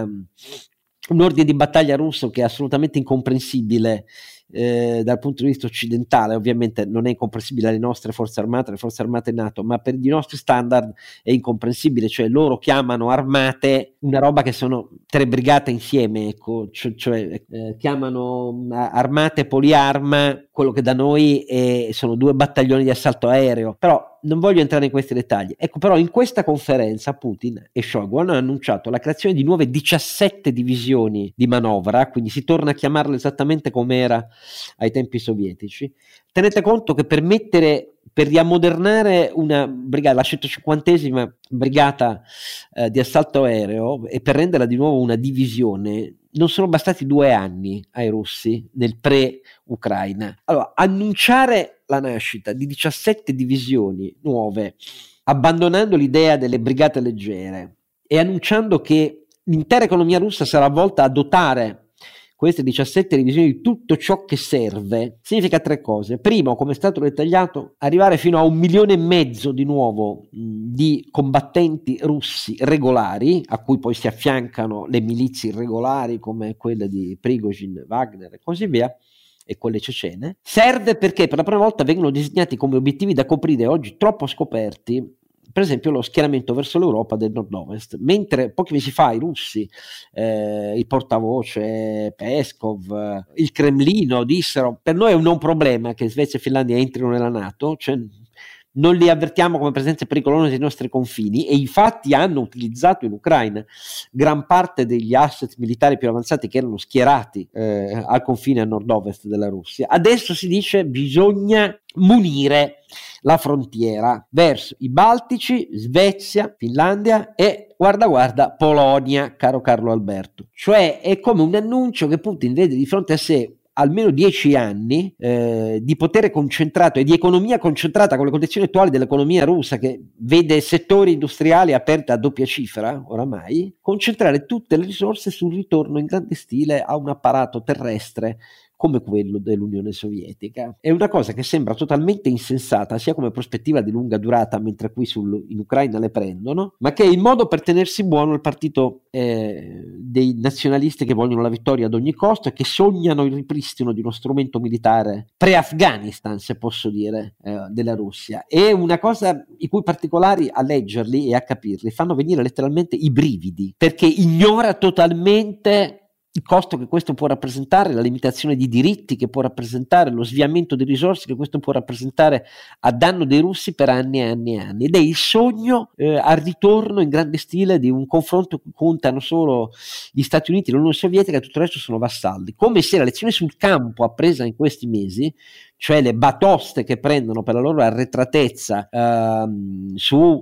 un ordine di battaglia russo che è assolutamente incomprensibile eh, dal punto di vista occidentale. Ovviamente non è incomprensibile alle nostre forze armate, alle forze armate NATO, ma per i nostri standard è incomprensibile, cioè loro chiamano armate una roba che sono tre brigate insieme, ecco, cioè, cioè eh, chiamano armate poliarma quello che da noi è, sono due battaglioni di assalto aereo, però non voglio entrare in questi dettagli. Ecco, però in questa conferenza Putin e Shoigu hanno annunciato la creazione di nuove diciassette divisioni di manovra, quindi si torna a chiamarle esattamente come era ai tempi sovietici. Tenete conto che per mettere, per riammodernare una brigata, la centocinquantesima brigata eh, di assalto aereo, e per renderla di nuovo una divisione, non sono bastati due anni ai russi nel pre-Ucraina. Allora, annunciare la nascita di diciassette divisioni nuove, abbandonando l'idea delle brigate leggere e annunciando che l'intera economia russa sarà volta a dotare queste diciassette divisioni di tutto ciò che serve, significa tre cose. Primo, come è stato dettagliato, arrivare fino a un milione e mezzo di nuovo mh, di combattenti russi regolari, a cui poi si affiancano le milizie irregolari come quelle di Prigozhin, Wagner e così via, e quelle cecene. Serve perché per la prima volta vengono disegnati come obiettivi da coprire, oggi troppo scoperti, per esempio lo schieramento verso l'Europa del nord-ovest, mentre pochi mesi fa i russi, eh, il portavoce Peskov, il Cremlino dissero per noi è un non problema che Svezia e Finlandia entrino nella NATO, cioè non li avvertiamo come presenze pericolose ai nostri confini, e infatti hanno utilizzato in Ucraina gran parte degli asset militari più avanzati che erano schierati eh, al confine a nord-ovest della Russia. Adesso si dice bisogna munire la frontiera verso i Baltici, Svezia, Finlandia e guarda guarda Polonia, caro Carlo Alberto. Cioè è come un annuncio che Putin vede di fronte a sé almeno dieci anni eh, di potere concentrato e di economia concentrata con le condizioni attuali dell'economia russa, che vede settori industriali aperti a doppia cifra oramai, concentrare tutte le risorse sul ritorno in grande stile a un apparato terrestre come quello dell'Unione Sovietica. È una cosa che sembra totalmente insensata sia come prospettiva di lunga durata, mentre qui sul, in Ucraina le prendono, ma che è il modo per tenersi buono il partito eh, dei nazionalisti che vogliono la vittoria ad ogni costo e che sognano il ripristino di uno strumento militare pre-Afghanistan, se posso dire, eh, della Russia. È una cosa i cui particolari a leggerli e a capirli fanno venire letteralmente i brividi, perché ignora totalmente il costo che questo può rappresentare, la limitazione di diritti che può rappresentare, lo sviamento di risorse che questo può rappresentare a danno dei russi per anni e anni e anni, ed è il sogno eh, al ritorno in grande stile di un confronto che contano solo gli Stati Uniti e l'Unione Sovietica e tutto il resto sono vassalli, come se la lezione sul campo appresa in questi mesi, cioè le batoste che prendono per la loro arretratezza ehm, su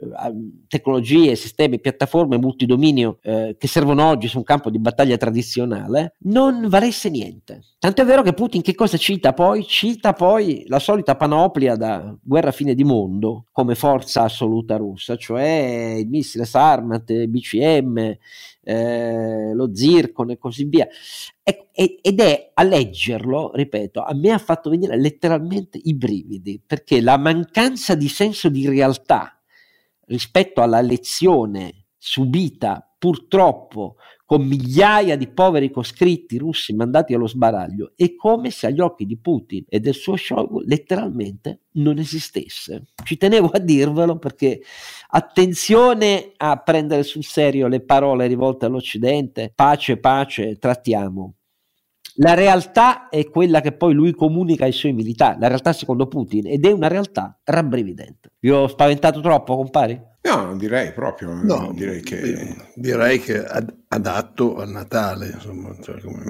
tecnologie, sistemi, piattaforme multidominio eh, che servono oggi su un campo di battaglia tradizionale, non valesse niente. Tanto è vero che Putin che cosa cita poi? Cita poi la solita panoplia da guerra fine di mondo come forza assoluta russa, cioè il missile Sarmat, B C M, eh, lo Zircon e così via. E, ed è, a leggerlo, ripeto, a me ha fatto venire letteralmente i brividi, perché la mancanza di senso di realtà rispetto alla lezione subita purtroppo con migliaia di poveri coscritti russi mandati allo sbaraglio, è come se agli occhi di Putin e del suo Shoigu letteralmente non esistesse. Ci tenevo a dirvelo perché attenzione a prendere sul serio le parole rivolte all'Occidente, pace, pace, trattiamo. La realtà è quella che poi lui comunica ai suoi militari, la realtà secondo Putin, ed è una realtà rabbrividente. Vi ho spaventato troppo, compari? No, non direi proprio. No, direi che direi che ad, adatto al Natale, insomma, cioè come...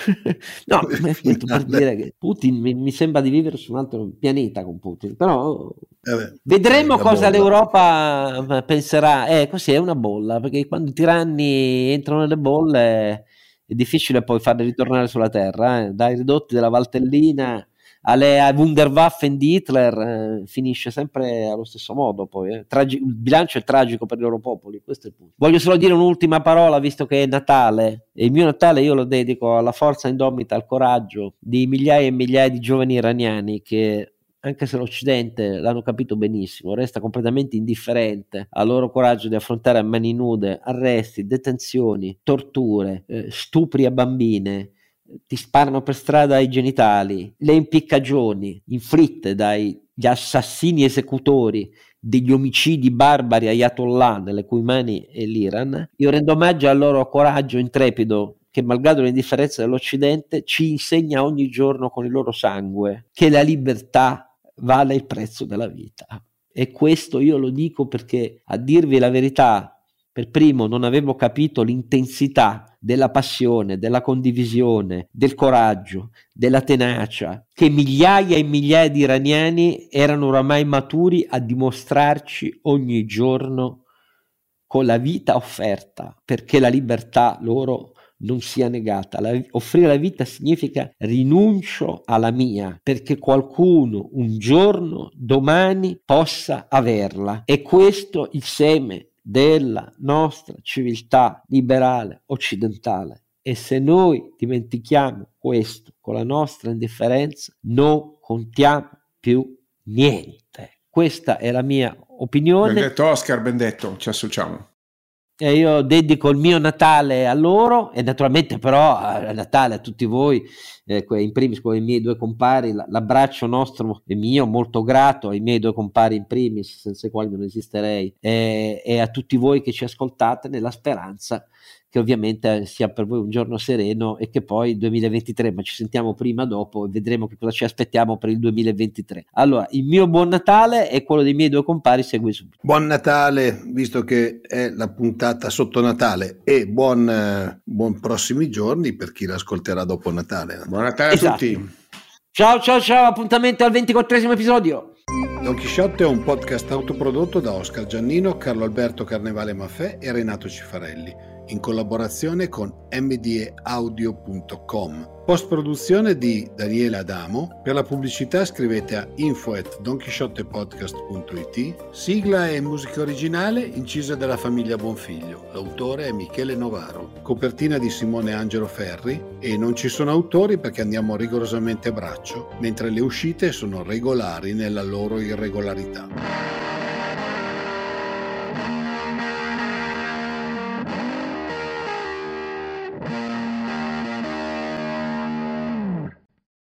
No, per dire che Putin mi, mi sembra di vivere su un altro pianeta con Putin, però eh beh, vedremo cosa bolla. L'Europa penserà. Eh, così è una bolla, perché quando i tiranni entrano nelle bolle è difficile poi farli ritornare sulla terra, eh. Dai ridotti della Valtellina alle Wunderwaffen di Hitler, eh, finisce sempre allo stesso modo poi, eh. Tragi- il bilancio è tragico per i loro popoli, questo è il punto. Voglio solo dire un'ultima parola, visto che è Natale, e il mio Natale io lo dedico alla forza indomita, al coraggio di migliaia e migliaia di giovani iraniani che, anche se l'Occidente l'hanno capito benissimo, resta completamente indifferente al loro coraggio di affrontare a mani nude arresti, detenzioni, torture, eh, stupri a bambine, ti sparano per strada ai genitali, le impiccagioni inflitte dagli assassini esecutori degli omicidi barbari ayatollah nelle cui mani è l'Iran. Io rendo omaggio al loro coraggio intrepido che, malgrado l'indifferenza dell'Occidente, ci insegna ogni giorno con il loro sangue che la libertà vale il prezzo della vita. E questo io lo dico perché, a dirvi la verità, per primo non avevo capito l'intensità della passione, della condivisione, del coraggio, della tenacia che migliaia e migliaia di iraniani erano oramai maturi a dimostrarci ogni giorno con la vita offerta, perché la libertà loro non sia negata. La, offrire la vita significa rinuncio alla mia perché qualcuno un giorno, domani, possa averla. E questo il seme della nostra civiltà liberale occidentale, e se noi dimentichiamo questo con la nostra indifferenza non contiamo più niente. Questa è la mia opinione. Ben detto Oscar, ben detto, ci associamo. E io dedico il mio Natale a loro e naturalmente però a Natale a tutti voi, eh, in primis con i miei due compari, l'abbraccio nostro e mio molto grato ai miei due compari in primis, senza i quali non esisterei, e, e a tutti voi che ci ascoltate, nella speranza che ovviamente sia per voi un giorno sereno e che poi il duemilaventitré, ma ci sentiamo prima dopo e vedremo che cosa ci aspettiamo per il duemilaventitré. Allora, il mio buon Natale e quello dei miei due compari segue subito. Buon Natale, visto che è la puntata sotto Natale, e buon, eh, buon prossimi giorni per chi l'ascolterà dopo Natale. Buon Natale a esatto. tutti. Ciao ciao ciao, appuntamento al ventiquattresimo episodio. Don Chisciotte è un podcast autoprodotto da Oscar Giannino, Carlo Alberto Carnevale Maffè e Renato Cifarelli, in collaborazione con m d e audio punto com. Post produzione di Daniele Adamo. Per la pubblicità scrivete a info at donchisciottepodcast punto it. Sigla e musica originale incisa dalla famiglia Bonfiglio. L'autore è Michele Novaro. Copertina di Simone Angelo Ferri, e non ci sono autori perché andiamo rigorosamente a braccio, mentre le uscite sono regolari nella loro irregolarità.